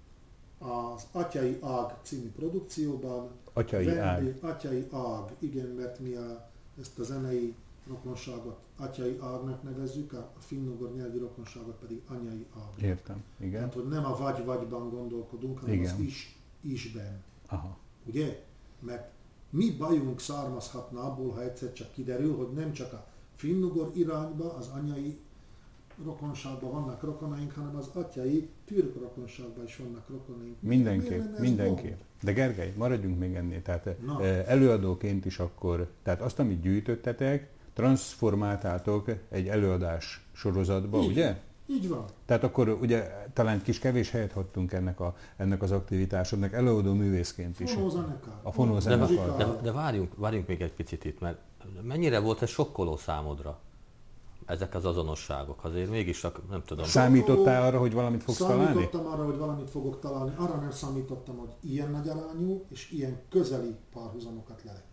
az Atyai Ág című produkcióban, Atyai Ág. Atyai Ág, igen, mert mi a, ezt a zenei rokonságot Atyai Ágnak nevezzük, a finnugor nyelvi rokonságot pedig Anyai Ág. Értem, igen. Tehát, hogy nem a vagy-vagyban gondolkodunk, hanem igen. az is-isben. Aha. Ugye? Mert mi bajunk származhatna abból, ha egyszer csak kiderül, hogy nem csak a finnugor irányba, az anyai rokonságban vannak rokonaink, hanem az atyai türk rokonságban is vannak rokonaink. Mindenképp, mindenképp. De Gergely, maradjunk még ennél. Tehát Na. előadóként is akkor, tehát azt, amit gyűjtöttetek, transformáltátok egy előadás sorozatba, így, ugye? Így van. Tehát akkor ugye talán kis kevés helyet hagytunk ennek, a, ennek az aktivitásodnak, előadó művészként is. Fonózenekar. A fonózenekar. De, de, de várjunk, várjunk még egy picit itt, mert mennyire volt ez sokkoló számodra? Ezek az azonosságok azért mégis csak, nem tudom. Számítottál arra, hogy valamit fogsz Számítottam találni? Számítottam arra, hogy valamit fogok találni. Arra nem számítottam, hogy ilyen nagy arányú és ilyen közeli párhuzamokat lelek.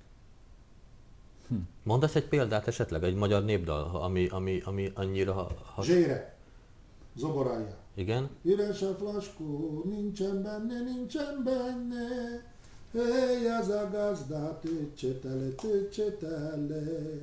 Hm. Mondasz egy példát esetleg, egy magyar népdal, ami, ami, ami annyira... Ha... Zsére. Zoborája. Igen? Üres a flaskó, nincsen benne, nincsen benne. Hey, az a gazda, tőcsetele, tőcsetele.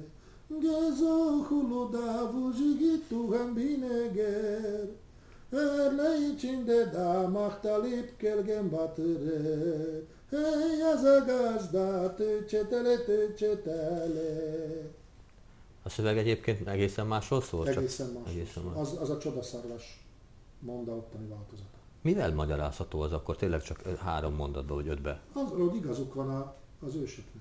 Gezo huludávu zsigituhan bineger. Erlei csinde dámachta lépkelgen batere. Hey, az a gazda, tőcsetele, tőcsetele. A szöveg egyébként egészen másról szól? Egészen másról egészen szól. más. Az, az a csodaszarvas monda ottani változata. Mivel magyarázható az akkor tényleg csak három mondatban vagy ötbe? Az, hogy igazuk van a, az ősöknek.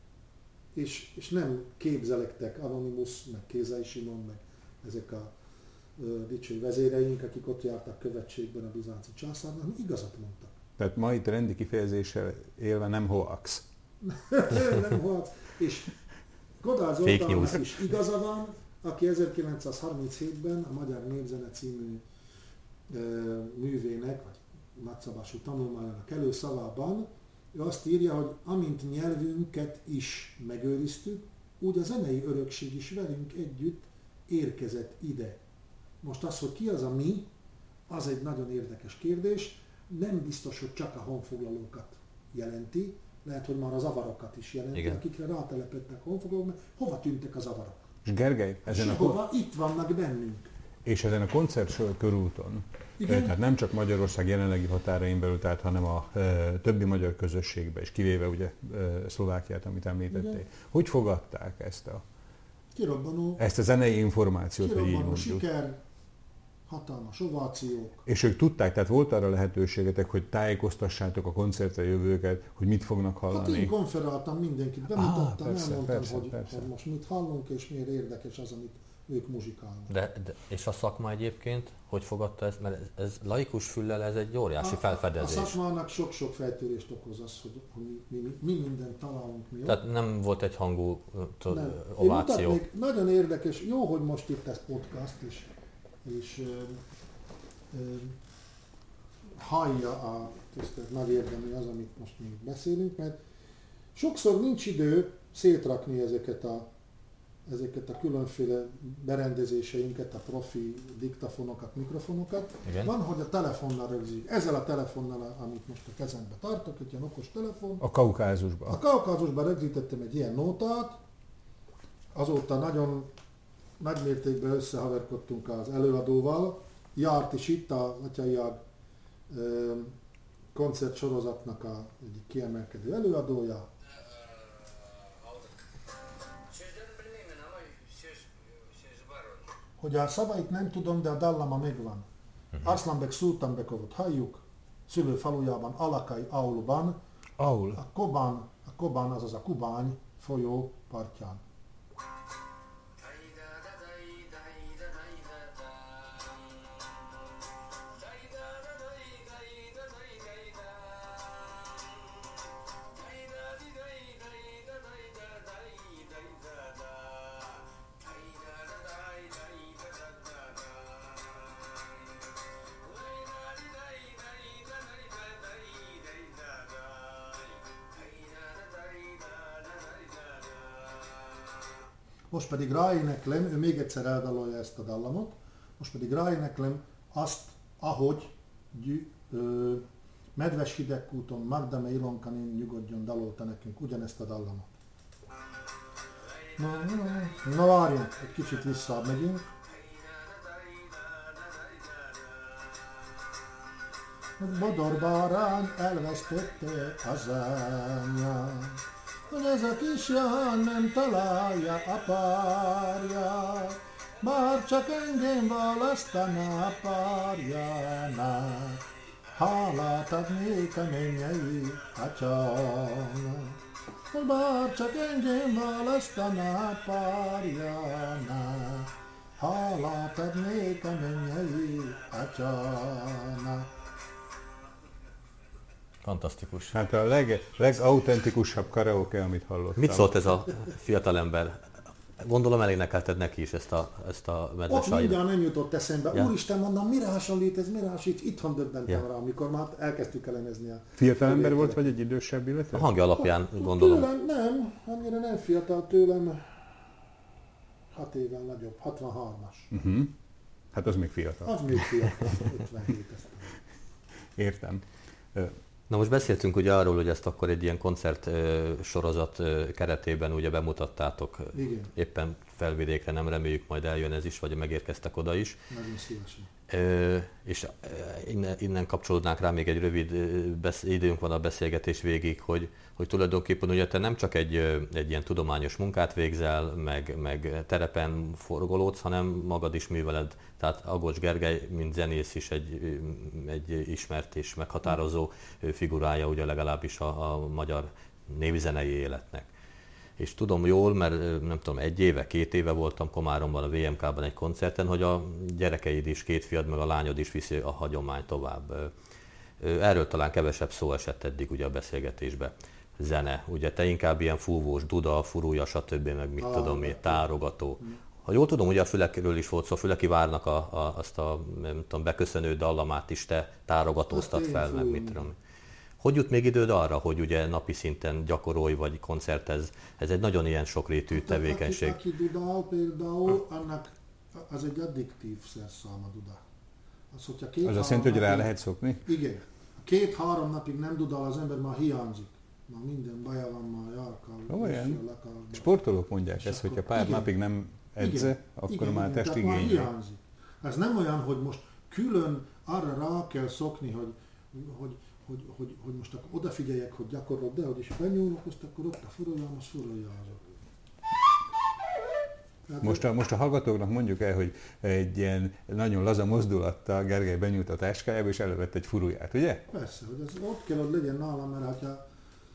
És, és nem képzelektek, Anonymous, meg Kézai Simon, meg ezek a ö, dicső vezéreink, akik ott jártak követségben a bizánci császárnak, hanem igazat mondtak. Tehát ma itt rendi kifejezéssel élve nem hoax. nem hoax. És Kodály Zoltánnak is igaza van, aki ezerkilencszázharminchétben a Magyar Népzene című e, művének, vagy nagyszabású tanulmányának előszavában, ő azt írja, hogy amint nyelvünket is megőriztük, úgy a zenei örökség is velünk együtt érkezett ide. Most az, hogy ki az a mi, az egy nagyon érdekes kérdés. Nem biztos, hogy csak a honfoglalókat jelenti, lehet, hogy már az avarokat is jelenti, igen. Akikre rátelepedtek honfoglalók, mert hova tűntek az avarok? És Gergely, ezen a hova? Itt vannak bennünk. És ezen a koncertsor körúton, igen? Tehát nem csak Magyarország jelenlegi határain belül, tehát, hanem a e, többi magyar közösségbe is, kivéve ugye e, Szlovákiát, amit említettél. Igen. Hogy fogadták ezt a, kirobbanó, ezt a zenei információt, hogy így mondjuk? Siker, hatalmas ovációk. És ők tudták, tehát volt arra lehetőségetek, hogy tájékoztassátok a koncertre jövőket, hogy mit fognak hallani? Hát én konferáltam mindenkit, bemutattam, ah, persze, elmondtam, persze, hogy, persze. hogy most mit hallunk, és miért érdekes az, amit ők muzsikálnak. De, de, és a szakma egyébként, hogy fogadta ezt? Mert ez, ez laikus füllel, ez egy óriási a, felfedezés. A szakmának sok-sok fejtörést okoz az, hogy, hogy mi, mi, mi mindent találunk mi. Tehát nem volt egy hangú ováció. Mutatnék, nagyon érdekes, jó, hogy most itt ez podcast is, és ö, ö, hallja a tisztelt nagy érdemű az, amit most mi beszélünk, mert sokszor nincs idő szétrakni ezeket a ezeket a különféle berendezéseinket, a profi diktafonokat, mikrofonokat. Igen. Van, hogy a telefonnal rögzítjük. Ezzel a telefonnal, amit most a kezembe tartok, egy ilyen okos telefon. A Kaukázusban. A Kaukázusban rögzítettem egy ilyen nótát. Azóta nagyon nagy mértékben összehaverkodtunk az előadóval. Járt is itt az Atyai Ág koncertsorozatnak a egyik kiemelkedő előadója. Hogy a szavait nem tudom, de a dallama megvan. Uh-huh. Arslanbek Szultanbekovot halljuk, szülőfalujában, Alakai Auluban, Aul. a Kobán, a Kobán, azaz a Kubány folyó partján. most pedig ráéneklem, ő még egyszer eldalolja ezt a dallamot, most pedig ráéneklem azt, ahogy gyű, ö, Medves Hidegkúton Magdame Ilonka néni nyugodjon dalolta nekünk ugyanezt a dallamot. Na, na, na várjunk, egy kicsit visszamegyünk. Bodor bárány elvesztette az anyját, hogy ez a kislány nem találja a párját, bár csak engem választaná a párjának, hálát adnék a mennyei atyának. Bár csak engem választaná a párjának, hálát adnék a mennyei atyának. Fantasztikus. Hát a leg, legautentikusabb karaoke, amit hallottam. Mit szólt ez a fiatalember? Gondolom elénekelted neki is ezt a, ezt a medves Ott mindjárt nem jutott eszembe. Ja. Úristen, mondom, mire hasonlít ez, mire hasonlít? Itthon döbbentem Ja. rá, amikor már elkezdtük elemezni a... Fiatalember volt, vagy egy idősebb illetve? A hangja alapján gondolom. Tőlem nem, annyira nem fiatal, tőlem hat évvel nagyobb, hatvanhármas. Uh-huh. Hát az még fiatal. Az még fiatal, ötvenhét ezt. Értem. Na most beszéltünk ugye arról, hogy ezt akkor egy ilyen koncert ö, sorozat ö, keretében ugye bemutattátok. Igen. Éppen Felvidékre, nem reméljük majd eljön ez is, vagy megérkeztek oda is. Nagyon szívesen. Ö, és innen, innen kapcsolódnánk rá, még egy rövid besz- időnk van a beszélgetés végig, hogy, hogy tulajdonképpen ugye te nem csak egy, egy ilyen tudományos munkát végzel, meg, meg terepen forgolódsz, hanem magad is műveled. Tehát Agocs Gergely, mint zenész is egy, egy ismert és meghatározó figurája, ugye legalábbis a, a magyar névzenei életnek. És tudom jól, mert nem tudom, egy éve, két éve voltam Komáromban a vé em ká-ban egy koncerten, hogy a gyerekeid is, két fiad, meg a lányod is viszi a hagyományt tovább. Erről talán kevesebb szó esett eddig ugye a beszélgetésbe. Zene, ugye te inkább ilyen fúvós, duda, furúja, stb. Meg mit ah, tudom én, tárogató. Ha jól tudom, ugye a Fülekről is volt szó, a Füleki várnak a, a, azt a nem tudom, beköszönő dallamát is te tárogatóztad fel, meg mit tudom. Hogy jut még időd arra, hogy ugye napi szinten gyakorolj vagy koncertez? Ez egy nagyon ilyen sokrétű tevékenység. Aki, aki dudál például, annak az egy addiktív szerszám a duda. Az, hogyha két, az azt jelenti, hogy rá lehet szokni? Igen. Két-három napig nem dudál az ember, már hiányzik. Már minden baja van, már járkal. Olyan? Sportolók mondják ezt, hogyha pár igen. napig nem edze, igen. akkor igen, már igen, testigényel. Már hiányzik. Ez nem olyan, hogy most külön arra rá kell szokni, hogy, hogy Hogy, hogy, hogy most akkor odafigyeljek, hogy gyakorlok, de hogy is benyúlok, azt akkor ott a furuljám, az furuljázok. Most a, most a hallgatóknak mondjuk el, hogy egy ilyen nagyon laza mozdulattal Gergely benyújt a táskájába, és elővett egy furuját, ugye? Persze, hogy ez ott kell, hogy legyen nálam, mert ha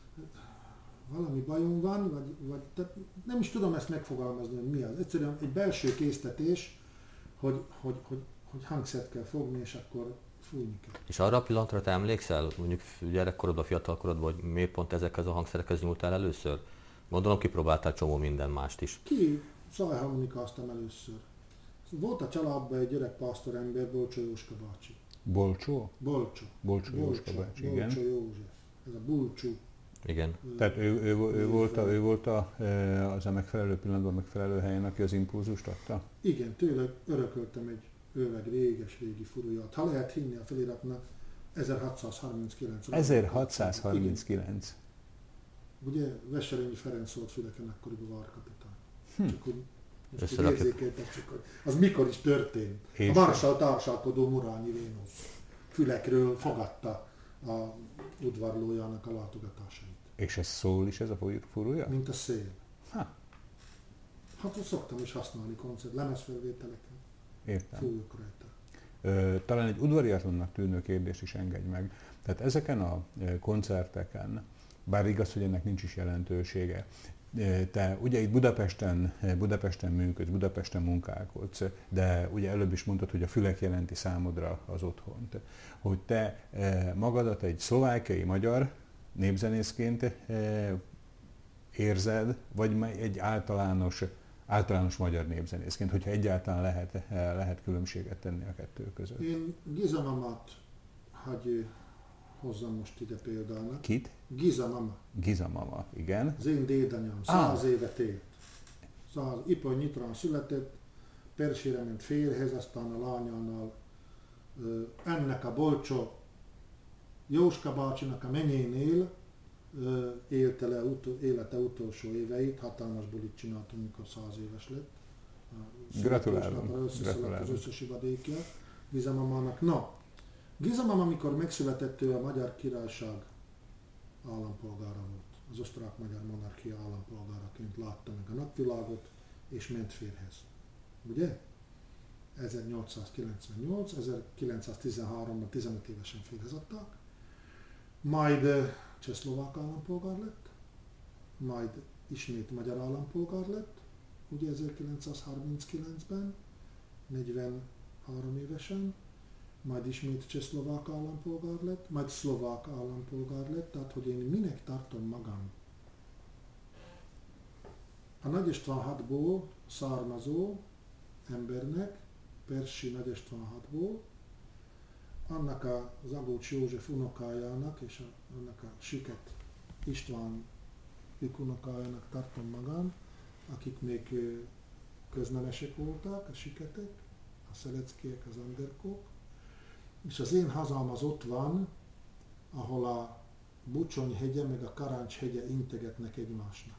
valami bajom van, vagy, vagy tehát nem is tudom ezt megfogalmazni, hogy mi az. Egyszerűen egy belső késztetés, hogy, hogy, hogy, hogy hangszert kell fogni, és akkor fújni kell. És arra a pillanatra te emlékszel, mondjuk gyerekkorodban, fiatalkorodban, hogy miért pont ezekhez a hangszerekhez nyúltál először? Gondolom kipróbáltál csomó minden mást is. Ki zajharmonikáztam először. Volt a családban egy öreg pásztorember, Bolcsó Jóska bácsi. Bolcsó? Bolcsó. Bolcsó Jóska bácsi, igen. Bolcsó József. Ez a Bulcsú. Igen. Ő, Tehát ő, ő, ő, ő, volt a, ő volt a, az a megfelelő pillanatban, megfelelő helyen, aki az impulzust adta? Igen, tőle örököltem egy őveg réges-régi furujat. Ha lehet hinni a feliratnak, ezerhatszázharminckilenc. ezerhatszázharminckilenc. Ugye Veselényi Ferenc volt Füleken akkoriban várkapitány. Hm. Csak úgy, most úgy érzékeltek csak, hogy az mikor is történt. És a Marssal társalkodó Murányi Vénusz Fülekről fogadta a udvarlójának a látogatásait. És ez szól is ez a furúja? Mint a szél. Ha. Hát szoktam is használni koncert, lemezfelvételeken. Értem. Fújjuk rajta. Ö, talán egy udvariatlannak tűnő kérdés is engedj meg. Tehát ezeken a koncerteken, bár igaz, hogy ennek nincs is jelentősége, te ugye itt Budapesten, Budapesten működsz, Budapesten munkálkodsz, de ugye előbb is mondtad, hogy a Fülek jelenti számodra az otthont. Hogy te magadat egy szlovákiai magyar népzenészként érzed, vagy egy általános, általános magyar népzenészként, hogyha egyáltalán lehet, lehet különbséget tenni a kettő között. Én Giza mamát hagy hozzam most ide példának. Kit? Giza mama. Giza mama, igen. Az én dédanyám, száz ah. évet élt. Szóval Ipony Nyitrán született, Persére ment férjhez, aztán a lányánál ennek a Bolcsó Jóska bácsinak a menyénél élte le ut- élete utolsó éveit, hatalmas bulit csináltunk, amikor száz éves lett. Gratulálom. Összeszaladt az összes ivadékja Gizamamának. Na, Gizamam, amikor megszületett, ő a Magyar Királyság állampolgára volt. Az osztrák-magyar monarchia állampolgáraként látta meg a napvilágot, és ment férjhez. Ugye? ezernyolcszázkilencvennyolc, ezerkilencszáztizenháromban tizenöt évesen férjhez adták, majd csehszlovák állampolgár lett, majd ismét magyar állampolgár lett, ugye ezerkilencszázharminckilencben, negyvenhárom évesen, majd ismét csehszlovák állampolgár lett, majd szlovák állampolgár lett, tehát hogy én minek tartom magam. A Nagy István hatból származó embernek, Persi Nagy István hatból, annak a Zagócs József unokájának és a, annak a Süket István unokájának tartom magam, akik még köznemesek voltak, a Süketek, a Szeleckiek, az Anderkók, és az én hazám az ott van, ahol a Bucsony hegye meg a Karancs hegye integetnek egymásnak.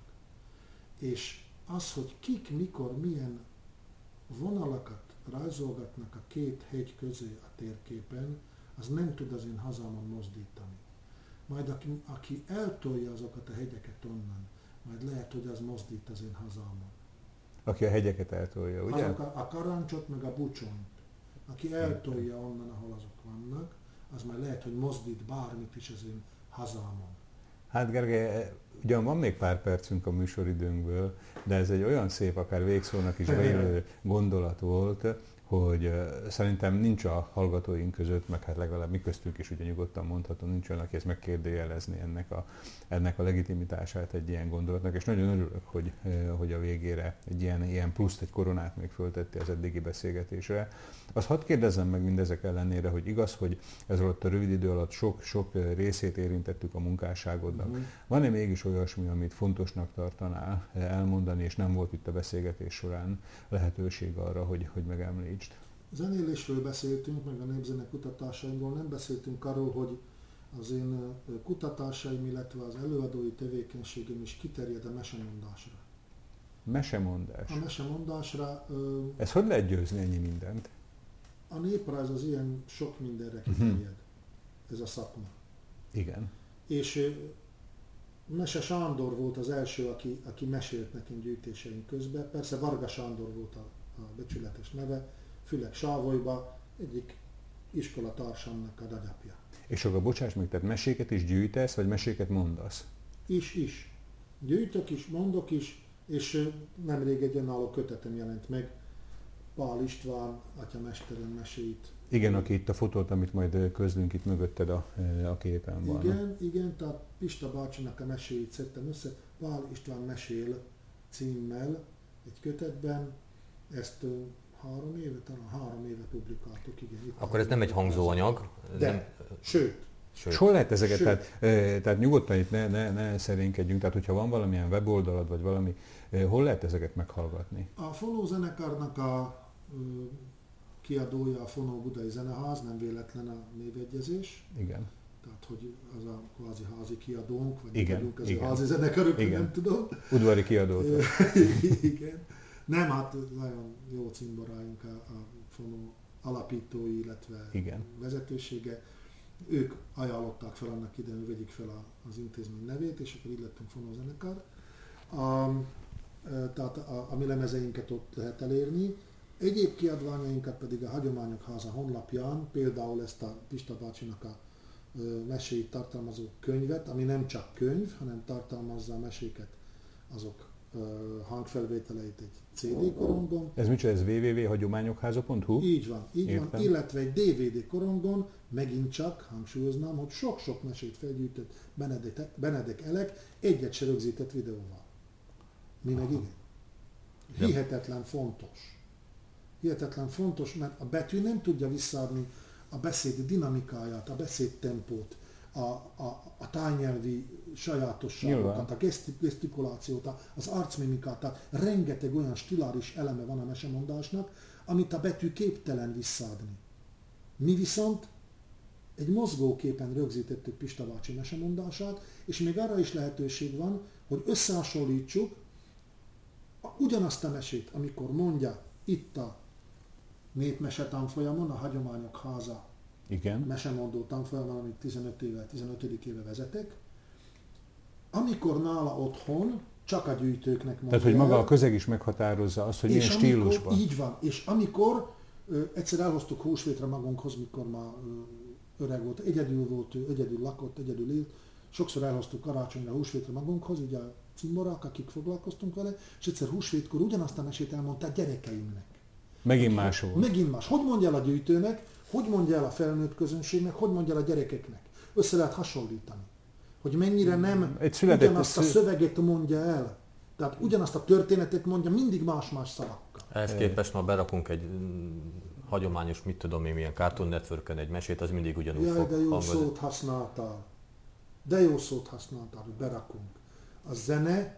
És az, hogy kik, mikor, milyen vonalakat rajzolgatnak a két hegy közé a térképen, az nem tud az én hazámon mozdítani. Majd aki, aki eltolja azokat a hegyeket onnan, majd lehet, hogy az mozdít az én hazámon. Aki a hegyeket eltolja, ugye? Azok a, a Karancsot meg a Bucsonyt. Aki eltolja onnan, ahol azok vannak, az majd lehet, hogy mozdít bármit is az én hazámon. Hát Gergely, ugyan van még pár percünk a műsoridőnkből, de ez egy olyan szép, akár végszónak is beillő gondolat volt, hogy szerintem nincs a hallgatóink között, meg hát legalább mi köztünk is ugye nyugodtan mondhatom, nincs olyan, aki ezt megkérdőjelezni ennek a, ennek a legitimitását egy ilyen gondolatnak, és nagyon örülök, hogy, hogy a végére egy ilyen, ilyen pluszt, egy koronát még föltette az eddigi beszélgetésre. Azt hadd kérdezzem meg mindezek ellenére, hogy igaz, hogy ez alatt a rövid idő alatt sok-sok részét érintettük a munkásságodnak. Uh-huh. Van-e mégis olyasmi, amit fontosnak tartanál elmondani, és nem volt itt a beszélgetés során lehetőség arra, hogy, hogy megemlítsd? Zenélésről beszéltünk, meg a népzene kutatásaimról, nem beszéltünk arról, hogy az én kutatásaim, illetve az előadói tevékenységem is kiterjed a mesemondásra. Mesemondás? A mesemondásra... Ez hogy lehet győzni ennyi mindent? A néprajz az ilyen sok mindenre kiterjed, uh-huh. ez a szakma. Igen. És Mese Sándor volt az első, aki, aki mesélt nekem gyűjtéseink közben. Persze Varga Sándor volt a, a becsületes neve, Fülek Sávolyba, egyik iskolatársamnak a nagyapja. És akkor bocsáss meg, tehát meséket is gyűjtesz, vagy meséket mondasz? Is, is. Gyűjtök is, mondok is, és nemrég egy önálló kötetem jelent meg, Pál István, atyamesterem meséit. Igen, aki itt a fotót, amit majd közlünk itt mögötted a, a képen van. Igen, igen, tehát Pista bácsinak a meséit szedtem össze, Pál István mesél címmel egy kötetben, ezt három éve, talán három éve publikáltuk, igen. Itt Akkor ez nem egy hangzóanyag? De, nem... sőt. Sőt. És hol lehet ezeket, tehát, tehát nyugodtan itt ne, ne, ne szerénykedjünk, tehát hogyha van valamilyen weboldalad, vagy valami, hol lehet ezeket meghallgatni? A Fonó zenekarnak a kiadója a Fonó Budai Zeneház, nem véletlen a névegyezés. Igen. Tehát, hogy az a kvázi házi kiadónk, vagy igen, vagyunk az igen. a házi zenekarok, nem tudom. Udvari kiadót. Igen. Nem, hát nagyon jó cimboráink a, a Fonó alapítói, illetve igen. vezetősége. Ők ajánlották fel annak idején, hogy vegyük fel a, az intézmény nevét, és akkor így lettünk Fonó zenekar. A, tehát a, a mi lemezeinket ott lehet elérni. Egyéb kiadványainkat pedig a Hagyományok Háza honlapján, például ezt a Pista bácsinak a meséit tartalmazó könyvet, ami nem csak könyv, hanem tartalmazza a meséket, azok hangfelvételeit egy cé dé korongon. Ez micsoda, ez double-u double-u double pont hagyományokháza pont hu? Így van, így Értem. van, illetve egy dé vé dé korongon, megint csak hangsúlyoznám, hogy sok-sok mesét felgyűjtött Benedek, Benedek Elek, egyet se rögzített videóval. Mi meg igen. Hihetetlen fontos. Hihetetlen fontos, mert a betű nem tudja visszaadni a beszéd dinamikáját, a beszéd tempót, a, a, a tájnyelvi sajátosságokat, a gesztikulációt, az arcmimikát, tehát rengeteg olyan stiláris eleme van a mesemondásnak, amit a betű képtelen visszaadni. Mi viszont egy mozgóképen rögzítettük Pista bácsi mesemondását, és még arra is lehetőség van, hogy összehasonlítsuk ugyanazt a mesét, amikor mondja itt a népmese tanfolyamon, a Hagyományok Háza Igen. mesemondó tanfolyamon, amit tizenöt éve, tizenötödik éve vezetek, amikor nála otthon csak a gyűjtőknek mondja. Tehát, hogy maga el, a közeg is meghatározza azt, hogy milyen stílusban. Így van, és amikor ö, egyszer elhoztuk húsvétre magunkhoz, mikor már ö, öreg volt, egyedül volt ő, egyedül lakott, egyedül élt, sokszor elhoztuk karácsonyra húsvétre magunkhoz, ugye a cimborák, akik foglalkoztunk vele, és egyszer húsvétkor ugyanazt a mesét elmondta a gyerekeimnek. Megint más volt. Megint más. Hogy mondja el a gyűjtőnek, hogy mondja el a felnőtt közönségnek, hogy mondja el a gyerekeknek. Össze lehet hasonlítani. Hogy mennyire nem ugyanazt a szöveget mondja el. Tehát ugyanazt a történetet mondja mindig más-más szavakkal. Ehhez képest, ha berakunk egy hagyományos, mit tudom én, milyen Cartoon Network-en egy mesét, az mindig ugyanúgy Jaj, fog de jó hangozni. szót használtál. De jó szót használtál, hogy berakunk. A zene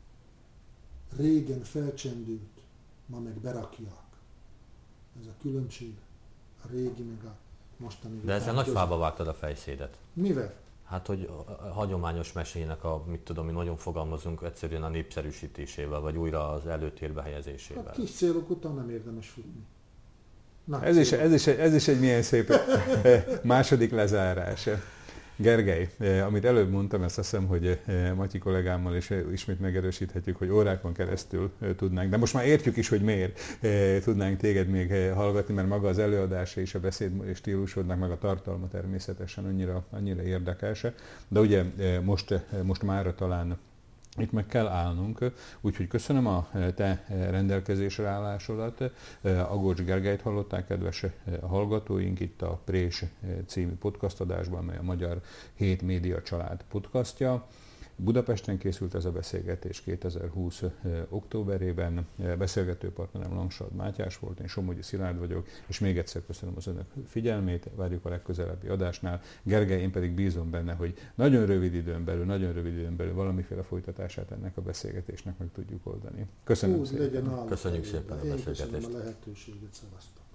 régen felcsendült, ma meg berakják. Ez a különbség. A régi meg a mostani. De ezzel nagy fába vágtad a fejszédet. Mivel? Hát, hogy a hagyományos mesének a, mit tudom, mi nagyon fogalmazunk, egyszerűen a népszerűsítésével, vagy újra az előtérbe helyezésével. Hát kis célok után nem érdemes futni. Na, ez, is, ez, is, ez is egy milyen szép második lezárás. Gergely, amit előbb mondtam, ezt azt hiszem, hogy Matyi kollégámmal is ismét megerősíthetjük, hogy órákon keresztül tudnánk, de most már értjük is, hogy miért tudnánk téged még hallgatni, mert maga az előadása és a beszéd stílusodnak, meg a tartalma természetesen annyira, annyira érdekes. De ugye most, most mára talán itt meg kell állnunk, úgyhogy köszönöm a te rendelkezésre állásodat. Agócs Gergelyt hallották, kedves hallgatóink, itt a Prés című podcastadásban, mely a Magyar Hét Média Család podcastja. Budapesten készült ez a beszélgetés kétezer-húsz októberében. Beszélgető partnerem Langsard Mátyás volt, én Somogyi Szilárd vagyok, és még egyszer köszönöm az önök figyelmét, várjuk a legközelebbi adásnál. Gergely, én pedig bízom benne, hogy nagyon rövid időn belül, nagyon rövid időn belül valamiféle folytatását ennek a beszélgetésnek meg tudjuk oldani. Köszönöm Úgy szépen. legyen állapot. Köszönjük szépen a Én beszélgetést. köszönöm a lehetőséget, szevasztok.